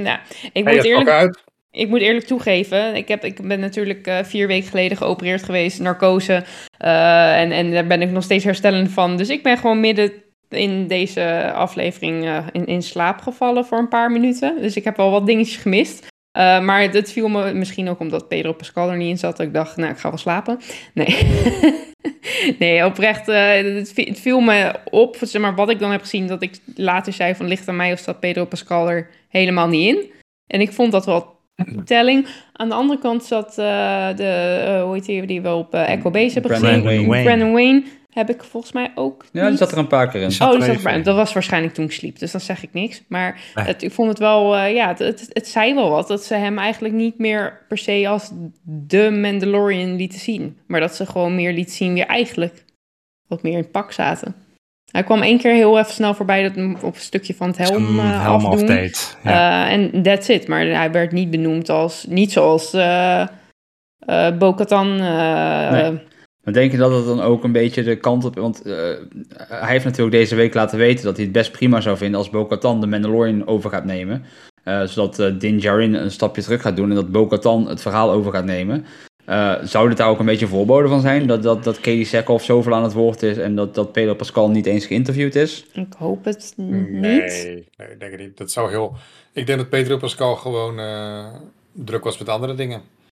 Ik moet eerlijk toegeven, ik ben natuurlijk 4 weken geleden geopereerd geweest, narcose. En daar ben ik nog steeds herstellend van. Dus ik ben gewoon midden in deze aflevering in slaap gevallen voor een paar minuten. Dus ik heb wel wat dingetjes gemist. Maar het viel me misschien ook omdat Pedro Pascal er niet in zat. Dat ik dacht, ik ga wel slapen. Nee, nee, oprecht. Het viel me op. Zeg maar, wat ik dan heb gezien, dat ik later zei van ligt aan mij of staat Pedro Pascal er helemaal niet in. En ik vond dat wel telling. Aan de andere kant zat hoe heet die we op Echo Base hebben gezien? Brandon Wayne. Heb ik volgens mij ook niet. Ja, die zat er een paar keer in. Dat was waarschijnlijk toen ik sliep, dus dan zeg ik niks. Maar ik vond het wel, het zei wel wat, dat ze hem eigenlijk niet meer per se als de Mandalorian lieten zien. Maar dat ze gewoon meer lieten zien wie eigenlijk wat meer in het pak zaten. Hij kwam 1 keer heel even snel voorbij op een stukje van het helm afdoen. En that's it. Maar hij werd niet benoemd als, niet zoals Bo-Katan. Nee. Maar denk je dat het dan ook een beetje de kant op... Want hij heeft natuurlijk deze week laten weten dat hij het best prima zou vinden als Bo-Katan de Mandalorian over gaat nemen. Zodat Din Djarin een stapje terug gaat doen en dat Bo-Katan het verhaal over gaat nemen. Zou dit daar ook een beetje voorbode van zijn? Dat Katie Sackhoff zoveel aan het woord is en dat Pedro Pascal niet eens geïnterviewd is? Ik hoop het niet. Nee, ik denk het niet. Ik denk dat Pedro Pascal gewoon druk was met andere dingen.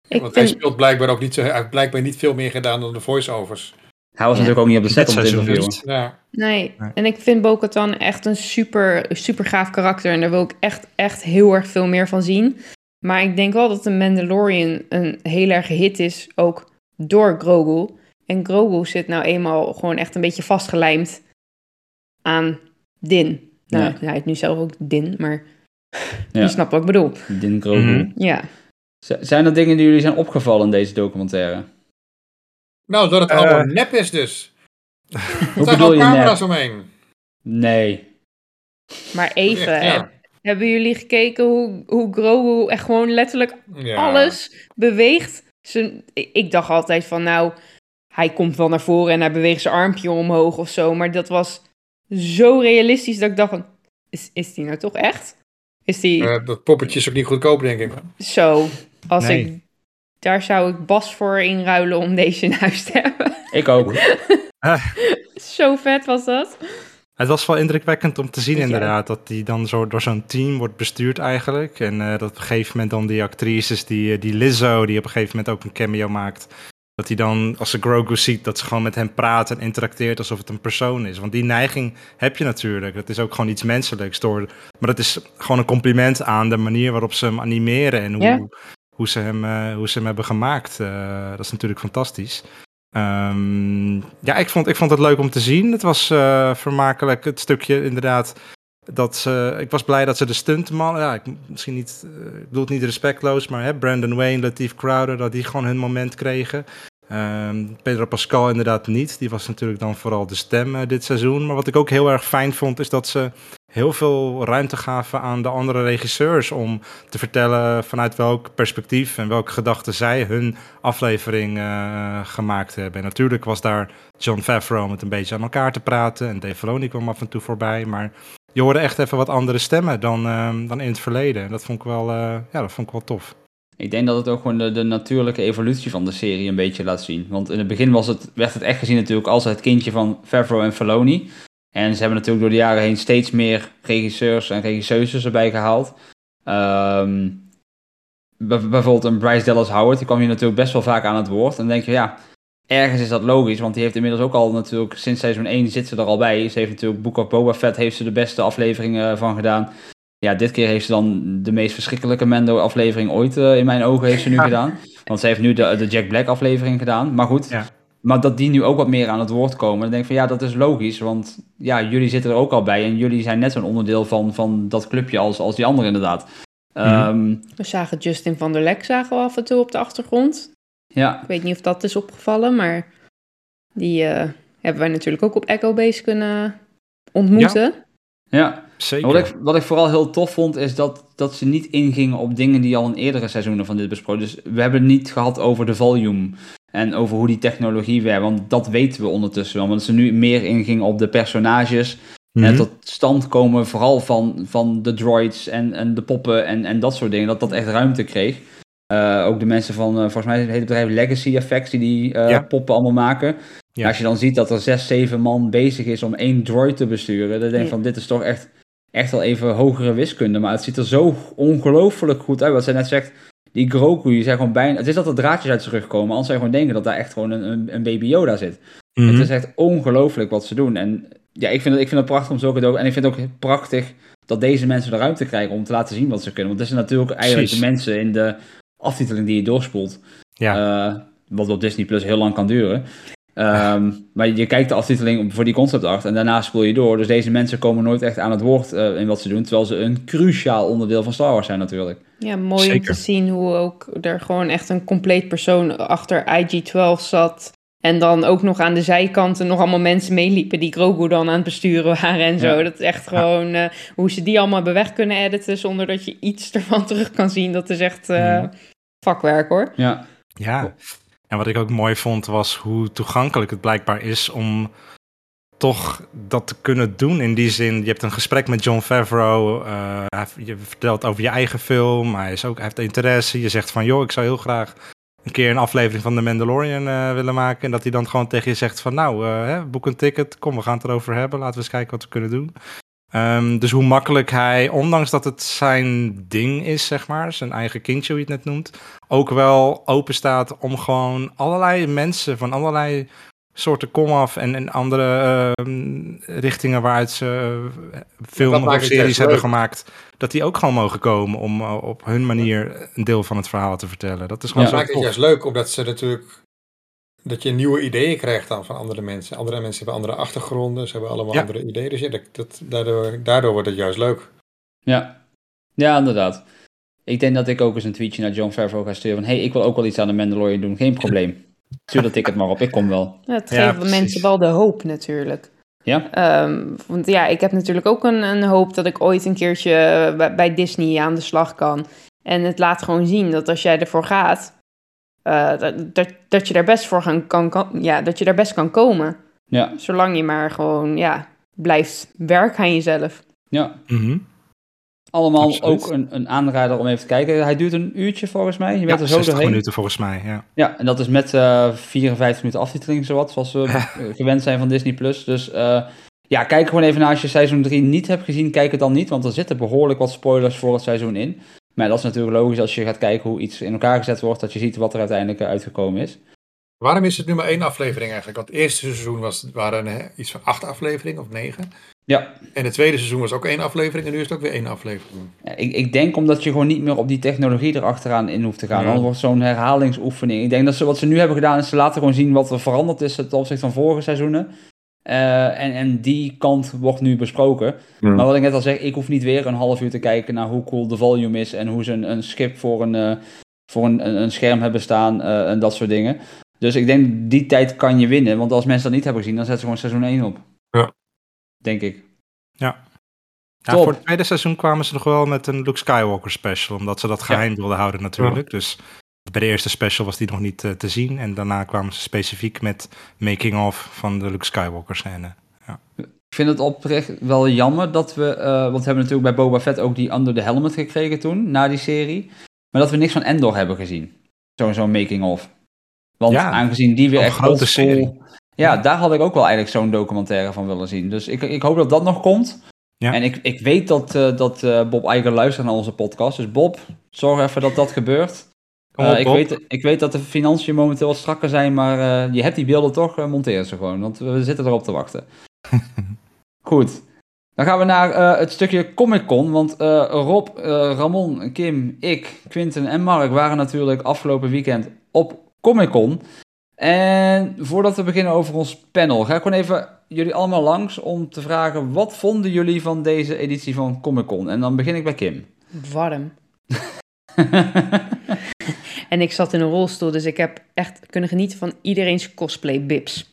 Hij speelt blijkbaar ook niet zo... Hij heeft blijkbaar niet veel meer gedaan dan de voice-overs. Hij was natuurlijk ook niet op de set om te interviewen. Ja. Nee, en ik vind Bo-Katan echt een super, super gaaf karakter. En daar wil ik echt heel erg veel meer van zien. Maar ik denk wel dat The Mandalorian een heel erg hit is, ook door Grogu. En Grogu zit nou eenmaal gewoon echt een beetje vastgelijmd aan Din. Nou, hij heet nu zelf ook Din, maar je snapt wat ik bedoel. Din Grogu. Ja. Zijn er dingen die jullie zijn opgevallen in deze documentaire? Nou, dat het allemaal nep is dus. Hoe zijn bedoel al je camera's nep? omheen. Nee. Maar even, Ja. hebben jullie gekeken hoe Grogu echt gewoon letterlijk alles beweegt? Ik dacht altijd van, nou, hij komt wel naar voren en hij beweegt zijn armpje omhoog of zo. Maar dat was zo realistisch dat ik dacht van, is die nou toch echt? Is die... Dat poppetje is ook niet goedkoop, denk ik. Zo, daar zou ik Bas voor inruilen om deze in huis te hebben. Ik ook. Zo vet was dat. Het was wel indrukwekkend om te zien inderdaad, dat die dan zo door zo'n team wordt bestuurd eigenlijk. En dat op een gegeven moment dan die actrices, die Lizzo, die op een gegeven moment ook een cameo maakt. Dat hij dan, als ze Grogu ziet, dat ze gewoon met hem praat en interacteert alsof het een persoon is. Want die neiging heb je natuurlijk. Dat is ook gewoon iets menselijks. Maar dat is gewoon een compliment aan de manier waarop ze hem animeren en hoe ze hem hebben gemaakt. Dat is natuurlijk fantastisch. Ik vond het leuk om te zien. Het was vermakelijk. Het stukje inderdaad. Ik was blij dat ze de stuntman. Misschien niet. Ik bedoel het niet respectloos, maar Brandon Wayne, Lateef Crowder, dat die gewoon hun moment kregen. Pedro Pascal inderdaad niet. Die was natuurlijk dan vooral de stem dit seizoen. Maar wat ik ook heel erg fijn vond, is dat ze heel veel ruimte gaven aan de andere regisseurs om te vertellen vanuit welk perspectief en welke gedachten zij hun aflevering gemaakt hebben. En natuurlijk was daar Jon Favreau met een beetje aan elkaar te praten en Dave Filoni kwam af en toe voorbij, maar je hoorde echt even wat andere stemmen dan in het verleden. En dat vond ik wel tof. Ik denk dat het ook gewoon de natuurlijke evolutie van de serie een beetje laat zien. Want in het begin werd het echt gezien natuurlijk als het kindje van Favreau en Filoni. En ze hebben natuurlijk door de jaren heen steeds meer regisseurs en regisseuses erbij gehaald. Bijvoorbeeld een Bryce Dallas Howard, die kwam hier natuurlijk best wel vaak aan het woord. En dan denk je, ergens is dat logisch, want die heeft inmiddels ook al natuurlijk, sinds seizoen 1 zit ze er al bij. Ze heeft natuurlijk Book of Boba Fett, heeft ze de beste afleveringen van gedaan. Ja, dit keer heeft ze dan de meest verschrikkelijke Mando-aflevering ooit in mijn ogen heeft ze nu gedaan. Want ze heeft nu de Jack Black aflevering gedaan, maar goed... Ja. Maar dat die nu ook wat meer aan het woord komen. Dan denk ik van dat is logisch. Want jullie zitten er ook al bij. En jullie zijn net zo'n onderdeel van dat clubje als die anderen inderdaad. We zagen Justin van der Lek af en toe op de achtergrond. Ja. Ik weet niet of dat is opgevallen. Maar die hebben wij natuurlijk ook op Echo Base kunnen ontmoeten. Ja, zeker. Wat ik vooral heel tof vond is dat ze niet ingingen op dingen die al in eerdere seizoenen van dit besproken. Dus we hebben het niet gehad over de volume. En over hoe die technologie werkt, want dat weten we ondertussen wel. Want ze nu meer ingingen op de personages. En tot stand komen vooral van de droids en de poppen en dat soort dingen. Dat echt ruimte kreeg. Ook de mensen van, volgens mij heet het bedrijf Legacy Effects, die poppen allemaal maken. Ja. Als je dan ziet dat er 6, 7 man bezig is om 1 droid te besturen. Dan denk je van, dit is toch echt wel even hogere wiskunde. Maar het ziet er zo ongelooflijk goed uit. Wat zij net zegt... Die Grogu, je zei gewoon bijna... Het is dat er draadjes uit terugkomen. Anders zou je gewoon denken dat daar echt gewoon een baby Yoda zit. Het is echt ongelooflijk wat ze doen. En ik vind het prachtig om zulke docu. En ik vind het ook prachtig dat deze mensen de ruimte krijgen om te laten zien wat ze kunnen. Want dat zijn natuurlijk eigenlijk de mensen in de aftiteling die je doorspoelt. Ja. Wat op Disney Plus heel lang kan duren. Maar je kijkt de aftiteling voor die concept art en daarna spoel je door. Dus deze mensen komen nooit echt aan het woord in wat ze doen. Terwijl ze een cruciaal onderdeel van Star Wars zijn natuurlijk. Ja, mooi om te zien hoe ook er gewoon echt een compleet persoon achter IG-12 zat. En dan ook nog aan de zijkanten nog allemaal mensen meeliepen die Grogu dan aan het besturen waren en zo. Ja. Dat is echt gewoon hoe ze die allemaal hebben weg kunnen editen zonder dat je iets ervan terug kan zien. Dat is echt vakwerk hoor. Ja. En wat ik ook mooi vond was hoe toegankelijk het blijkbaar is om toch dat te kunnen doen. In die zin, je hebt een gesprek met Jon Favreau. Je vertelt over je eigen film. Hij heeft interesse. Je zegt van, joh, ik zou heel graag een keer een aflevering van The Mandalorian willen maken. En dat hij dan gewoon tegen je zegt van, boek een ticket. Kom, we gaan het erover hebben. Laten we eens kijken wat we kunnen doen. Dus hoe makkelijk hij, ondanks dat het zijn ding is, zeg maar, zijn eigen kindje, hoe je het net noemt, ook wel open staat om gewoon allerlei mensen van allerlei soorten komaf en andere richtingen waaruit ze film of series hebben gemaakt, dat die ook gewoon mogen komen om op hun manier een deel van het verhaal te vertellen. Dat is gewoon zo. Dat maakt het juist leuk, omdat ze natuurlijk dat je nieuwe ideeën krijgt dan van andere mensen. Andere mensen hebben andere achtergronden, ze hebben allemaal andere ideeën. Dus daardoor wordt het juist leuk. Ja, inderdaad. Ik denk dat ik ook eens een tweetje naar Jon Favreau ga sturen van ik wil ook wel iets aan de Mandalorian doen, geen probleem. Stuur dat ticket maar op, ik kom wel. Het geeft mensen wel de hoop natuurlijk. Ja? Want ik heb natuurlijk ook een hoop dat ik ooit een keertje bij Disney aan de slag kan. En het laat gewoon zien dat als jij ervoor gaat, dat je daar best voor dat je daar best kan komen. Ja. Zolang je maar gewoon blijft werken aan jezelf. Ja. Mm-hmm. Allemaal Absoluut. ook een aanrader om even te kijken. Hij duurt een uurtje volgens mij. Je bent er zo 60 doorheen. minuten volgens mij, ja. Ja, en dat is met 54 minuten aftiteling zowat, zoals we gewend zijn van Disney+. Dus kijk gewoon even naar als je seizoen 3 niet hebt gezien, kijk het dan niet, want er zitten behoorlijk wat spoilers voor het seizoen in. Maar dat is natuurlijk logisch als je gaat kijken hoe iets in elkaar gezet wordt, dat je ziet wat er uiteindelijk uitgekomen is. Waarom is het nu maar 1 aflevering eigenlijk? Want het eerste seizoen waren iets van 8 afleveringen of 9. Ja. En het tweede seizoen was ook 1 aflevering en nu is het ook weer 1 aflevering. Ja, ik denk omdat je gewoon niet meer op die technologie erachteraan in hoeft te gaan. Dan wordt zo'n herhalingsoefening. Ik denk dat wat ze nu hebben gedaan is ze laten gewoon zien wat er veranderd is ten opzichte van vorige seizoenen. En die kant wordt nu besproken. Maar wat ik net al zeg, ik hoef niet weer een half uur te kijken naar hoe cool de volume is en hoe ze een schip voor een scherm hebben staan en dat soort dingen. Dus ik denk, die tijd kan je winnen. Want als mensen dat niet hebben gezien, dan zetten ze gewoon seizoen 1 op. Ja. Denk ik. Ja. Voor het tweede seizoen kwamen ze nog wel met een Luke Skywalker special, omdat ze dat geheim wilden houden natuurlijk. Dus bij de eerste special was die nog niet te zien. En daarna kwamen ze specifiek met making-of van de Luke Skywalker scène. Ja. Ik vind het oprecht wel jammer dat we, want we hebben natuurlijk bij Boba Fett ook die Under the Helmet gekregen toen, na die serie. Maar dat we niks van Endor hebben gezien. Zo'n making-of. Want aangezien die weer echt grote serie. Ja, daar had ik ook wel eigenlijk zo'n documentaire van willen zien. Dus ik hoop dat dat nog komt. Ja. En ik weet dat Bob Iger luistert naar onze podcast. Dus Bob, zorg even dat dat gebeurt. Ik weet dat de financiën momenteel wat strakker zijn, maar je hebt die beelden toch, monteer ze gewoon. Want we zitten erop te wachten. Goed. Dan gaan we naar het stukje Comic-Con. Want Rob, Ramon, Kim, ik, Quinten en Mark waren natuurlijk afgelopen weekend op Comic-Con. En voordat we beginnen over ons panel, ga ik gewoon even jullie allemaal langs om te vragen, wat vonden jullie van deze editie van Comic-Con? En dan begin ik bij Kim. Warm. En ik zat in een rolstoel, dus ik heb echt kunnen genieten van iedereen's cosplay-bibs.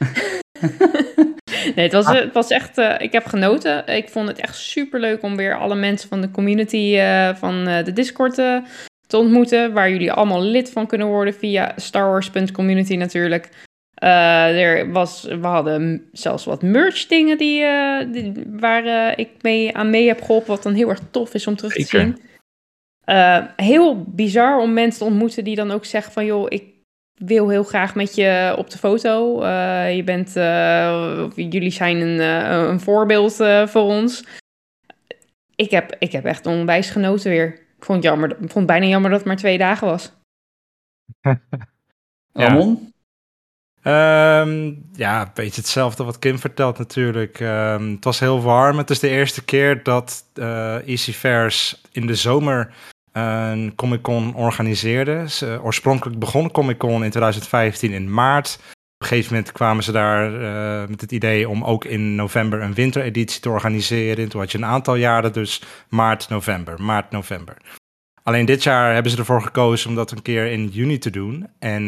Nee, het was echt, ik heb genoten. Ik vond het echt superleuk om weer alle mensen van de community van de Discord te ontmoeten, waar jullie allemaal lid van kunnen worden via starwars.community natuurlijk. We hadden zelfs wat merch dingen waar ik mee heb geholpen, wat dan heel erg tof is om terug te zien. Heel bizar om mensen te ontmoeten die dan ook zeggen van, joh, ik wil heel graag met je op de foto. Jullie zijn een voorbeeld voor ons. Ik heb echt onwijs genoten weer. Ik vond het bijna jammer dat het maar 2 dagen was. Ramon? Een beetje hetzelfde wat Kim vertelt natuurlijk. Het was heel warm. Het is de eerste keer dat Easyfairs in de zomer een Comic-Con organiseerde. Oorspronkelijk begon Comic-Con in 2015 in maart. Op een gegeven moment kwamen ze daar met het idee om ook in november een wintereditie te organiseren. Toen had je een aantal jaren, dus maart, november. Alleen dit jaar hebben ze ervoor gekozen om dat een keer in juni te doen. En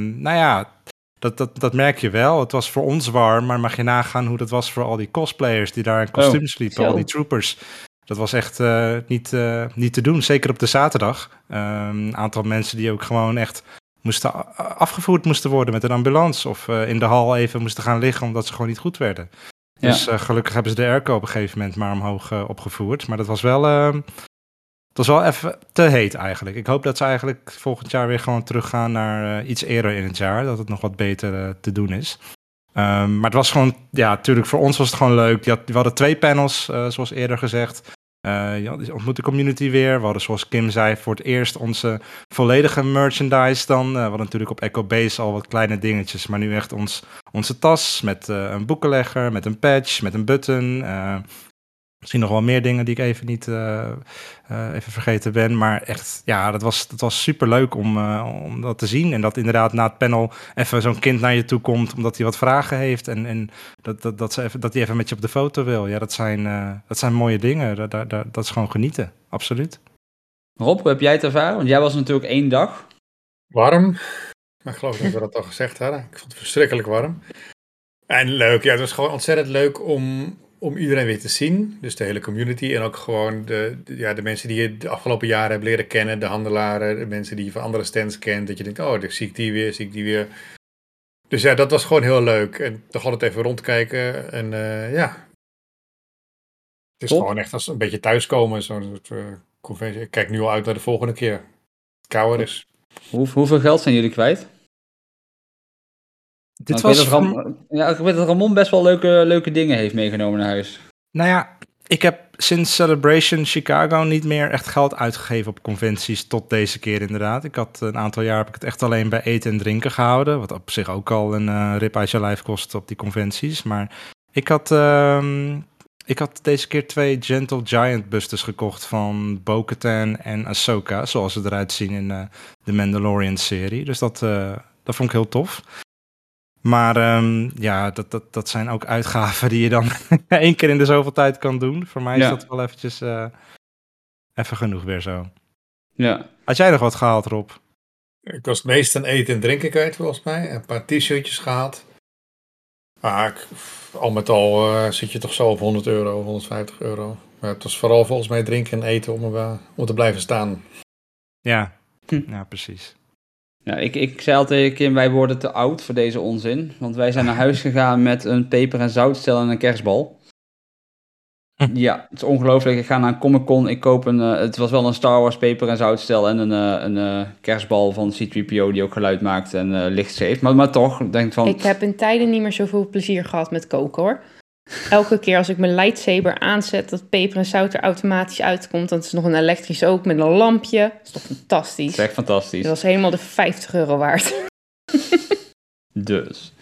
dat merk je wel. Het was voor ons warm, maar mag je nagaan hoe dat was voor al die cosplayers die daar in kostuums liepen, al die troopers. Dat was echt niet te doen, zeker op de zaterdag. Een aantal mensen die ook gewoon echt afgevoerd moesten worden met een ambulance of in de hal even moesten gaan liggen omdat ze gewoon niet goed werden. Ja. Dus gelukkig hebben ze de airco op een gegeven moment maar omhoog opgevoerd. Maar dat was wel even te heet eigenlijk. Ik hoop dat ze eigenlijk volgend jaar weer gewoon teruggaan naar iets eerder in het jaar. Dat het nog wat beter te doen is. Maar het was gewoon, natuurlijk voor ons was het gewoon leuk. We hadden 2 panels, zoals eerder gezegd. Je ontmoet de community weer. We hadden, zoals Kim zei, voor het eerst onze volledige merchandise dan. We hadden natuurlijk op Echo Base al wat kleine dingetjes, maar nu echt onze tas met een boekenlegger, met een patch, met een button. Misschien nog wel meer dingen die ik even niet even vergeten ben. Maar echt, dat was super leuk om dat te zien. En dat inderdaad na het panel even zo'n kind naar je toe komt omdat hij wat vragen heeft. En dat hij even met je op de foto wil. Ja, dat zijn mooie dingen. Dat is gewoon genieten. Absoluut. Rob, hoe heb jij het ervaren? Want jij was natuurlijk 1 dag. Warm. Maar ik geloof dat we dat al gezegd hadden. Ik vond het verschrikkelijk warm. En leuk. Ja, het was gewoon ontzettend leuk om iedereen weer te zien. Dus de hele community en ook gewoon de mensen die je de afgelopen jaren hebt leren kennen. De handelaren, de mensen die je van andere stands kent. Dat je denkt, dan zie ik die weer. Dus ja, dat was gewoon heel leuk. En toch altijd even rondkijken. En het is gewoon echt als een beetje thuiskomen. Zo'n soort conventie. Ik kijk nu al uit naar de volgende keer. Het kouder is. Hoeveel geld zijn jullie kwijt? Ik weet dat Ramon best wel leuke dingen heeft meegenomen naar huis. Nou ja, ik heb sinds Celebration Chicago niet meer echt geld uitgegeven op conventies tot deze keer inderdaad. Ik had een aantal jaar heb ik het echt alleen bij eten en drinken gehouden. Wat op zich ook al een rip uit je lijf kost op die conventies. Maar ik had deze keer 2 Gentle Giant busters gekocht van Bo-Katan en Ahsoka. Zoals ze eruit zien in de Mandalorian-serie. Dus dat vond ik heel tof. Maar dat zijn ook uitgaven die je dan 1 keer in de zoveel tijd kan doen. Voor mij is dat wel eventjes even genoeg weer zo. Ja. Had jij nog wat gehaald, Rob? Ik was het meest aan eten en drinken kwijt volgens mij. Een paar t-shirtjes gehaald. Al met al zit je toch zo op €100, €150. Maar het was vooral volgens mij drinken en eten om te blijven staan. Ja, ja precies. Ja, ik zei altijd, Kim, wij worden te oud voor deze onzin. Want wij zijn naar huis gegaan met een peper- en zoutstel en een kerstbal. Ja, het is ongelooflijk. Ik ga naar een Comic-Con. Ik koop het was wel een Star Wars peper- en zoutstel en een kerstbal van C-3PO die ook geluid maakt en licht geeft. Maar toch, denk van... Ik heb in tijden niet meer zoveel plezier gehad met koken, hoor. Elke keer als ik mijn lightsaber aanzet, dat peper en zout er automatisch uitkomt. Dan is het nog een elektrisch ook met een lampje. Dat is toch fantastisch. Dat is echt fantastisch. Dat was helemaal de €50 waard. Dus.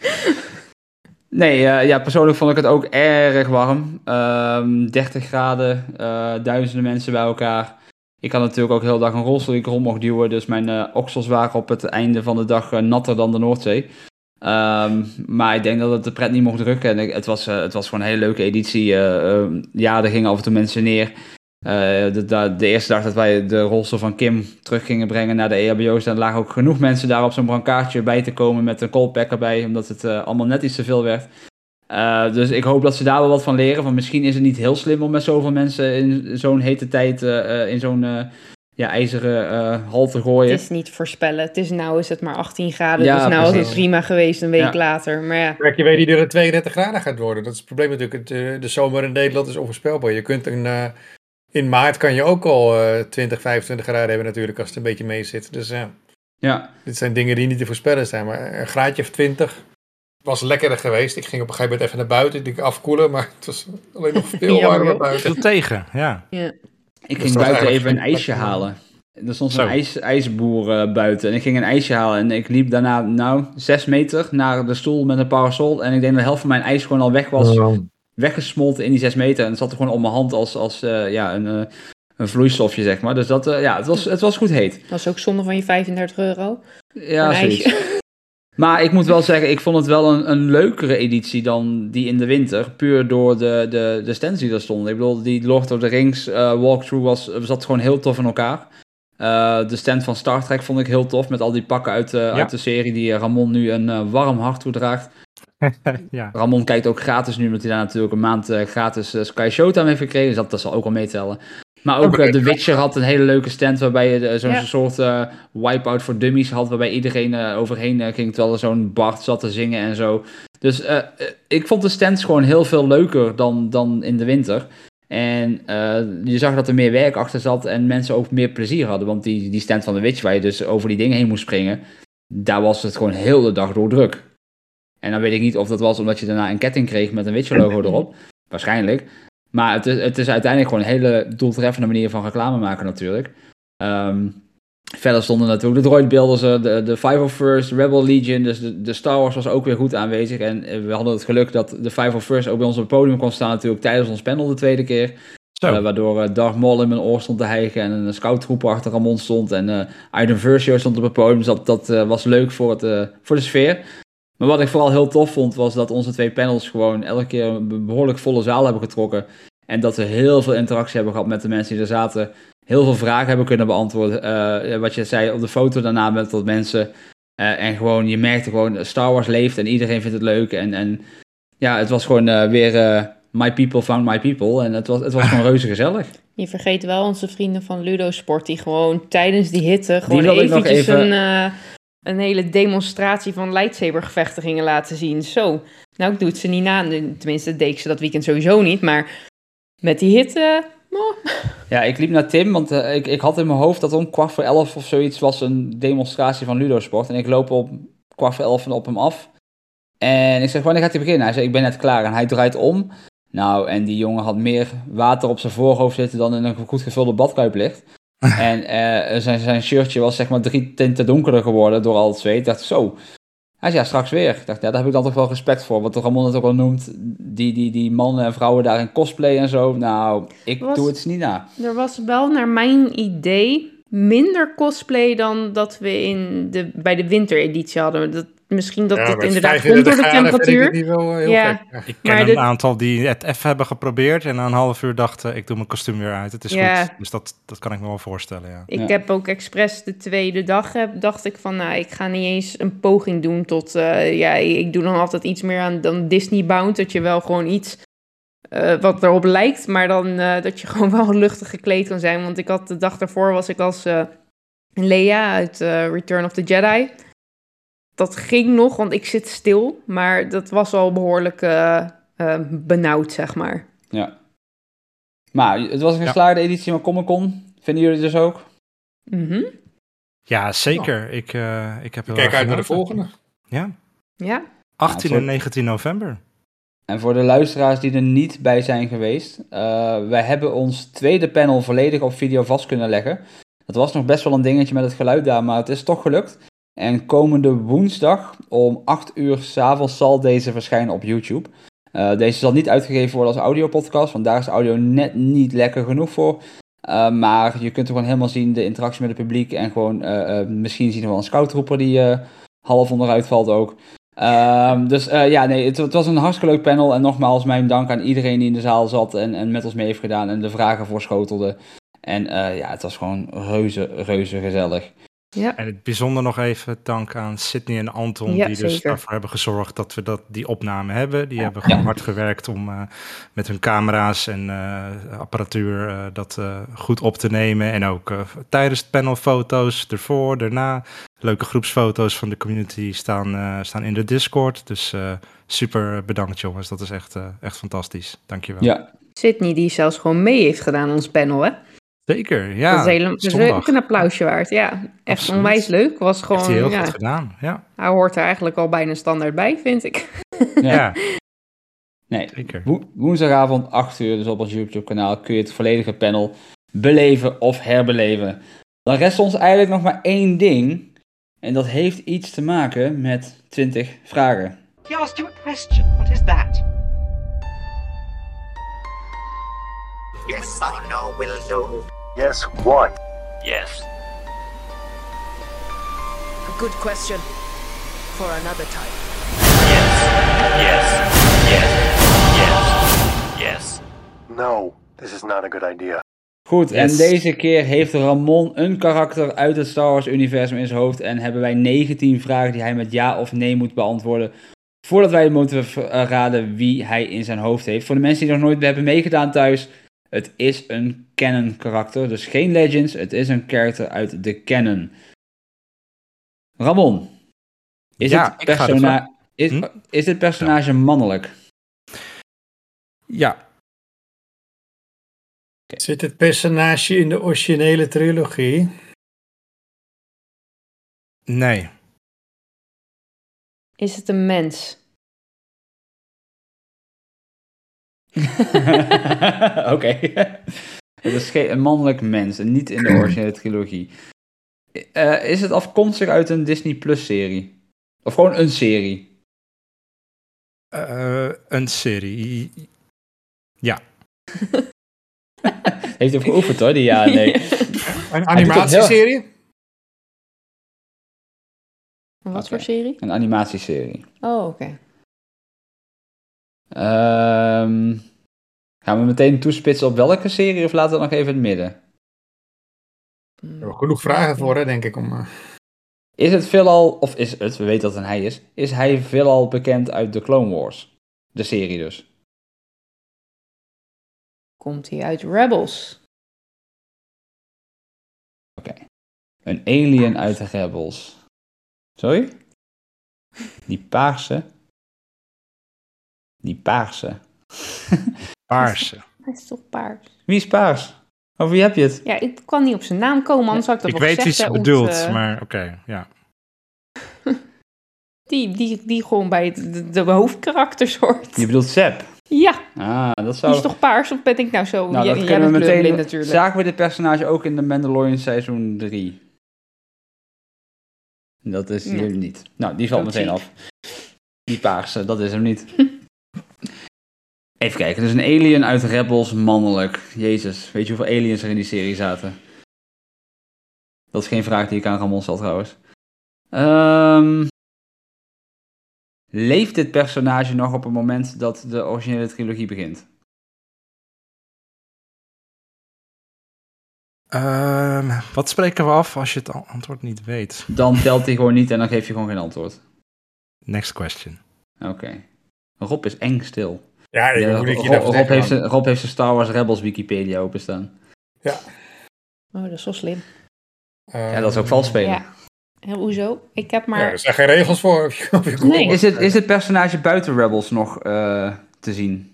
Nee, persoonlijk vond ik het ook erg warm. 30 graden, duizenden mensen bij elkaar. Ik had natuurlijk ook de hele dag een rolstoel die ik rond mocht duwen. Dus mijn oksels waren op het einde van de dag natter dan de Noordzee. Maar ik denk dat het de pret niet mocht drukken. En het was gewoon een hele leuke editie. Er gingen af en toe mensen neer. De eerste dag dat wij de rolstoel van Kim terug gingen brengen naar de EHBO's, dan lagen ook genoeg mensen daar op zo'n brancardje bij te komen met een coldpack erbij, omdat het allemaal net iets te veel werd. Dus ik hoop dat ze daar wel wat van leren. Want misschien is het niet heel slim om met zoveel mensen in zo'n hete tijd in zo'n ijzeren hal te gooien. Het is niet te voorspellen. Nou is het maar 18 graden, dus nou was het prima geweest een week later. Maar ja. Kijk, je weet niet dat het 32 graden gaat worden. Dat is het probleem natuurlijk. De zomer in Nederland is onvoorspelbaar. Je kunt in maart kan je ook al 20, 25 graden hebben natuurlijk, als het een beetje mee zit. Dus dit zijn dingen die niet te voorspellen zijn. Maar een graadje of 20 was lekkerder geweest. Ik ging op een gegeven moment even naar buiten. Ik afkoelen, maar het was alleen nog veel warmer buiten. Veel tegen, ja. Ik ging buiten even een ijsje halen. Er stond zo'n ijsboer buiten en ik ging een ijsje halen en ik liep daarna 6 meter naar de stoel met een parasol en ik denk dat de helft van mijn ijs gewoon al weg was, weggesmolten in die 6 meter en het zat er gewoon op mijn hand als een vloeistofje, zeg maar. Dus het was goed heet. Dat was ook zonde van je €35. Ja, zoiets. Maar ik moet wel zeggen, ik vond het wel een leukere editie dan die in de winter. Puur door de stands die er stonden. Ik bedoel, die Lord of the Rings walkthrough zat gewoon heel tof in elkaar. De stand van Star Trek vond ik heel tof. Met al die pakken uit de serie die Ramon nu een warm hart toedraagt. Ja. Ramon kijkt ook gratis nu, omdat hij daar natuurlijk een maand gratis Sky Showtime heeft gekregen. Dus dat zal ook wel meetellen. Maar ook The Witcher had een hele leuke stand waarbij je zo'n soort wipeout voor dummies had, waarbij iedereen overheen ging terwijl er zo'n Bart zat te zingen en zo. Dus ik vond de stands gewoon heel veel leuker dan in de winter. En je zag dat er meer werk achter zat en mensen ook meer plezier hadden. Want die stand van The Witcher waar je dus over die dingen heen moest springen, daar was het gewoon heel de dag door druk. En dan weet ik niet of dat was omdat je daarna een ketting kreeg met een Witcher-logo erop. Waarschijnlijk. Maar het is uiteindelijk gewoon een hele doeltreffende manier van reclame maken natuurlijk. Verder stonden natuurlijk de droidbeelders, de 501st, Rebel Legion, dus de Star Wars was ook weer goed aanwezig. En we hadden het geluk dat de 501st ook bij ons op het podium kon staan natuurlijk tijdens ons panel de tweede keer. Waardoor Darth Maul in mijn oor stond te hijgen en een scouttrooper achter Ramon stond. En Iden Versio stond op het podium, dus dat was leuk voor de sfeer. Maar wat ik vooral heel tof vond, was dat onze 2 panels gewoon elke keer een behoorlijk volle zaal hebben getrokken. En dat we heel veel interactie hebben gehad met de mensen die er zaten. Heel veel vragen hebben kunnen beantwoorden. Wat je zei op de foto daarna met wat mensen. En gewoon, je merkte gewoon, Star Wars leeft en iedereen vindt het leuk. En ja, het was gewoon weer my people found my people. En het was gewoon reuze gezellig. Je vergeet wel onze vrienden van Ludosport, die gewoon tijdens die hitte gewoon eventjes een hele demonstratie van lightsabergevechten gingen laten zien. Zo, nou ik doe het ze niet na. Tenminste, deed ik ze dat weekend sowieso niet, maar met die hitte... Ja, ik liep naar Tim, want ik had in mijn hoofd dat om 11:15 of zoiets was een demonstratie van Ludosport. En ik loop op 11:15 op hem af. En ik zeg, wanneer gaat hij beginnen? Hij zei, ik ben net klaar. En hij draait om. Nou, en die jongen had meer water op zijn voorhoofd zitten dan in een goed gevulde badkuip ligt. En zijn shirtje was zeg maar 3 tinten donkerder geworden door al het zweet. Ik dacht, zo. Hij zei, ja, straks weer. Ik dacht, ja, daar heb ik dan toch wel respect voor. Wat Ramon het ook al noemt, die mannen en vrouwen daar in cosplay en zo. Nou, doe het niet na. Er was wel, naar mijn idee, minder cosplay dan dat we bij de wintereditie hadden. Misschien dat het inderdaad komt door de temperatuur. Ik ken een aantal die het even hebben geprobeerd en na een half uur dachten, ik doe mijn kostuum weer uit. Het is goed. Dus dat kan ik me wel voorstellen, ja. Ik heb ook expres de tweede dag, dacht ik van, nou, ik ga niet eens een poging doen tot, ik doe dan altijd iets meer aan dan Disney Bound, dat je wel gewoon iets wat erop lijkt, maar dan dat je gewoon wel luchtig gekleed kan zijn. Want ik had de dag daarvoor was ik als Leia uit Return of the Jedi. Dat ging nog, want ik zit stil. Maar dat was al behoorlijk benauwd, zeg maar. Ja. Maar het was een geslaagde editie van Comic-Con. Vinden jullie dus ook? Mm-hmm. Ja, zeker. Ik heb kijk uit naar de volgende. Ja. 18 en 19 november. En voor de luisteraars die er niet bij zijn geweest. Wij hebben ons tweede panel volledig op video vast kunnen leggen. Dat was nog best wel een dingetje met het geluid daar, maar het is toch gelukt. En komende woensdag om 8 uur 's avonds zal deze verschijnen op YouTube. Deze zal niet uitgegeven worden als audiopodcast, want daar is audio net niet lekker genoeg voor. Maar je kunt er gewoon helemaal zien de interactie met het publiek. En gewoon misschien zien we wel een scoutroeper die half onderuit valt ook. Het was een hartstikke leuk panel. En nogmaals mijn dank aan iedereen die in de zaal zat en met ons mee heeft gedaan en de vragen voorschotelde. En het was gewoon reuze gezellig. Ja. En het bijzonder nog even dank aan Sydney en Anton, die dus daarvoor hebben gezorgd dat we die opname hebben. Die hebben gewoon hard gewerkt om met hun camera's en apparatuur dat goed op te nemen. En ook tijdens het panel foto's, ervoor, daarna. Leuke groepsfoto's van de community staan in de Discord. Dus super bedankt jongens, dat is echt fantastisch. Dankjewel. Ja. Sydney die zelfs gewoon mee heeft gedaan ons panel, hè? Zeker, ja. Dat is ook een applausje waard. Ja, echt absoluut. Onwijs leuk. Was gewoon, heeft hij heel goed gedaan, ja. Hij hoort er eigenlijk al bijna standaard bij, vind ik. Ja. Nee, zeker. Woensdagavond 8 uur, dus op ons YouTube-kanaal, kun je het volledige panel beleven of herbeleven. Dan rest ons eigenlijk nog maar 1 ding. En dat heeft iets te maken met 20 vragen. He asked you a question. What is that? Yes, I know will do. Yes, what? Yes. A good question for another time. Yes. No, this is not a good idea. Goed, en deze keer heeft Ramon een karakter uit het Star Wars universum in zijn hoofd en hebben wij 19 vragen die hij met ja of nee moet beantwoorden voordat wij moeten raden wie hij in zijn hoofd heeft. Voor de mensen die nog nooit hebben meegedaan thuis, het is een canon karakter, dus geen Legends, het is een karakter uit de canon. Ramon, is dit personage mannelijk? Ja. Okay. Zit het personage in de originele trilogie? Nee. Is het een mens? Oké. Het is een mannelijk mens en niet in de originele trilogie. Is het afkomstig uit een Disney Plus serie? Of gewoon een serie? Een serie. Ja. Heeft hij geoefend hoor, die ja, nee. Een animatieserie? Wat voor serie? Een animatieserie. Oh, oké. Gaan we meteen toespitsen op welke serie of laten we het nog even in het midden? Er zijn genoeg vragen voor, hè, denk ik. Is het veelal, of is het, we weten dat het een hij is hij veelal bekend uit de Clone Wars? De serie dus. Komt hij uit Rebels? Oké. Een alien uit de Rebels. Sorry? Die paarse. Paarse. Hij is toch paars? Wie is paars? Over wie heb je het? Ja, ik kan niet op zijn naam komen, anders had ik dat Ik nog weet gezegd. wie ze bedoelt, maar oké, ja. Die gewoon bij de hoofdkarakters hoort. Je bedoelt Seb? Ja. Dat zou... Die is toch paars, of ben ik nou zo? Nou, dat jij kunnen we bent meteen... kleurblind natuurlijk. Zagen we dit personage ook in The Mandalorian seizoen 3? Dat is hier niet. Nou, die valt meteen af. Die paarse, dat is hem niet. Even kijken, dus een alien uit Rebels, mannelijk. Jezus, weet je hoeveel aliens er in die serie zaten? Dat is geen vraag die ik aan Ramon stel trouwens. Leeft dit personage nog op het moment dat de originele trilogie begint? Wat spreken we af als je het antwoord niet weet? Dan telt hij gewoon niet en dan geef je gewoon geen antwoord. Next question. Oké. Rob is eng stil. Ja, Rob heeft zijn Star Wars Rebels Wikipedia openstaan. Ja. Oh, dat is zo slim. Ja, dat is ook vals spelen. Ja. Hoezo? Ik heb maar... Ja, er zijn geen regels voor. Nee. Is het personage buiten Rebels nog te zien?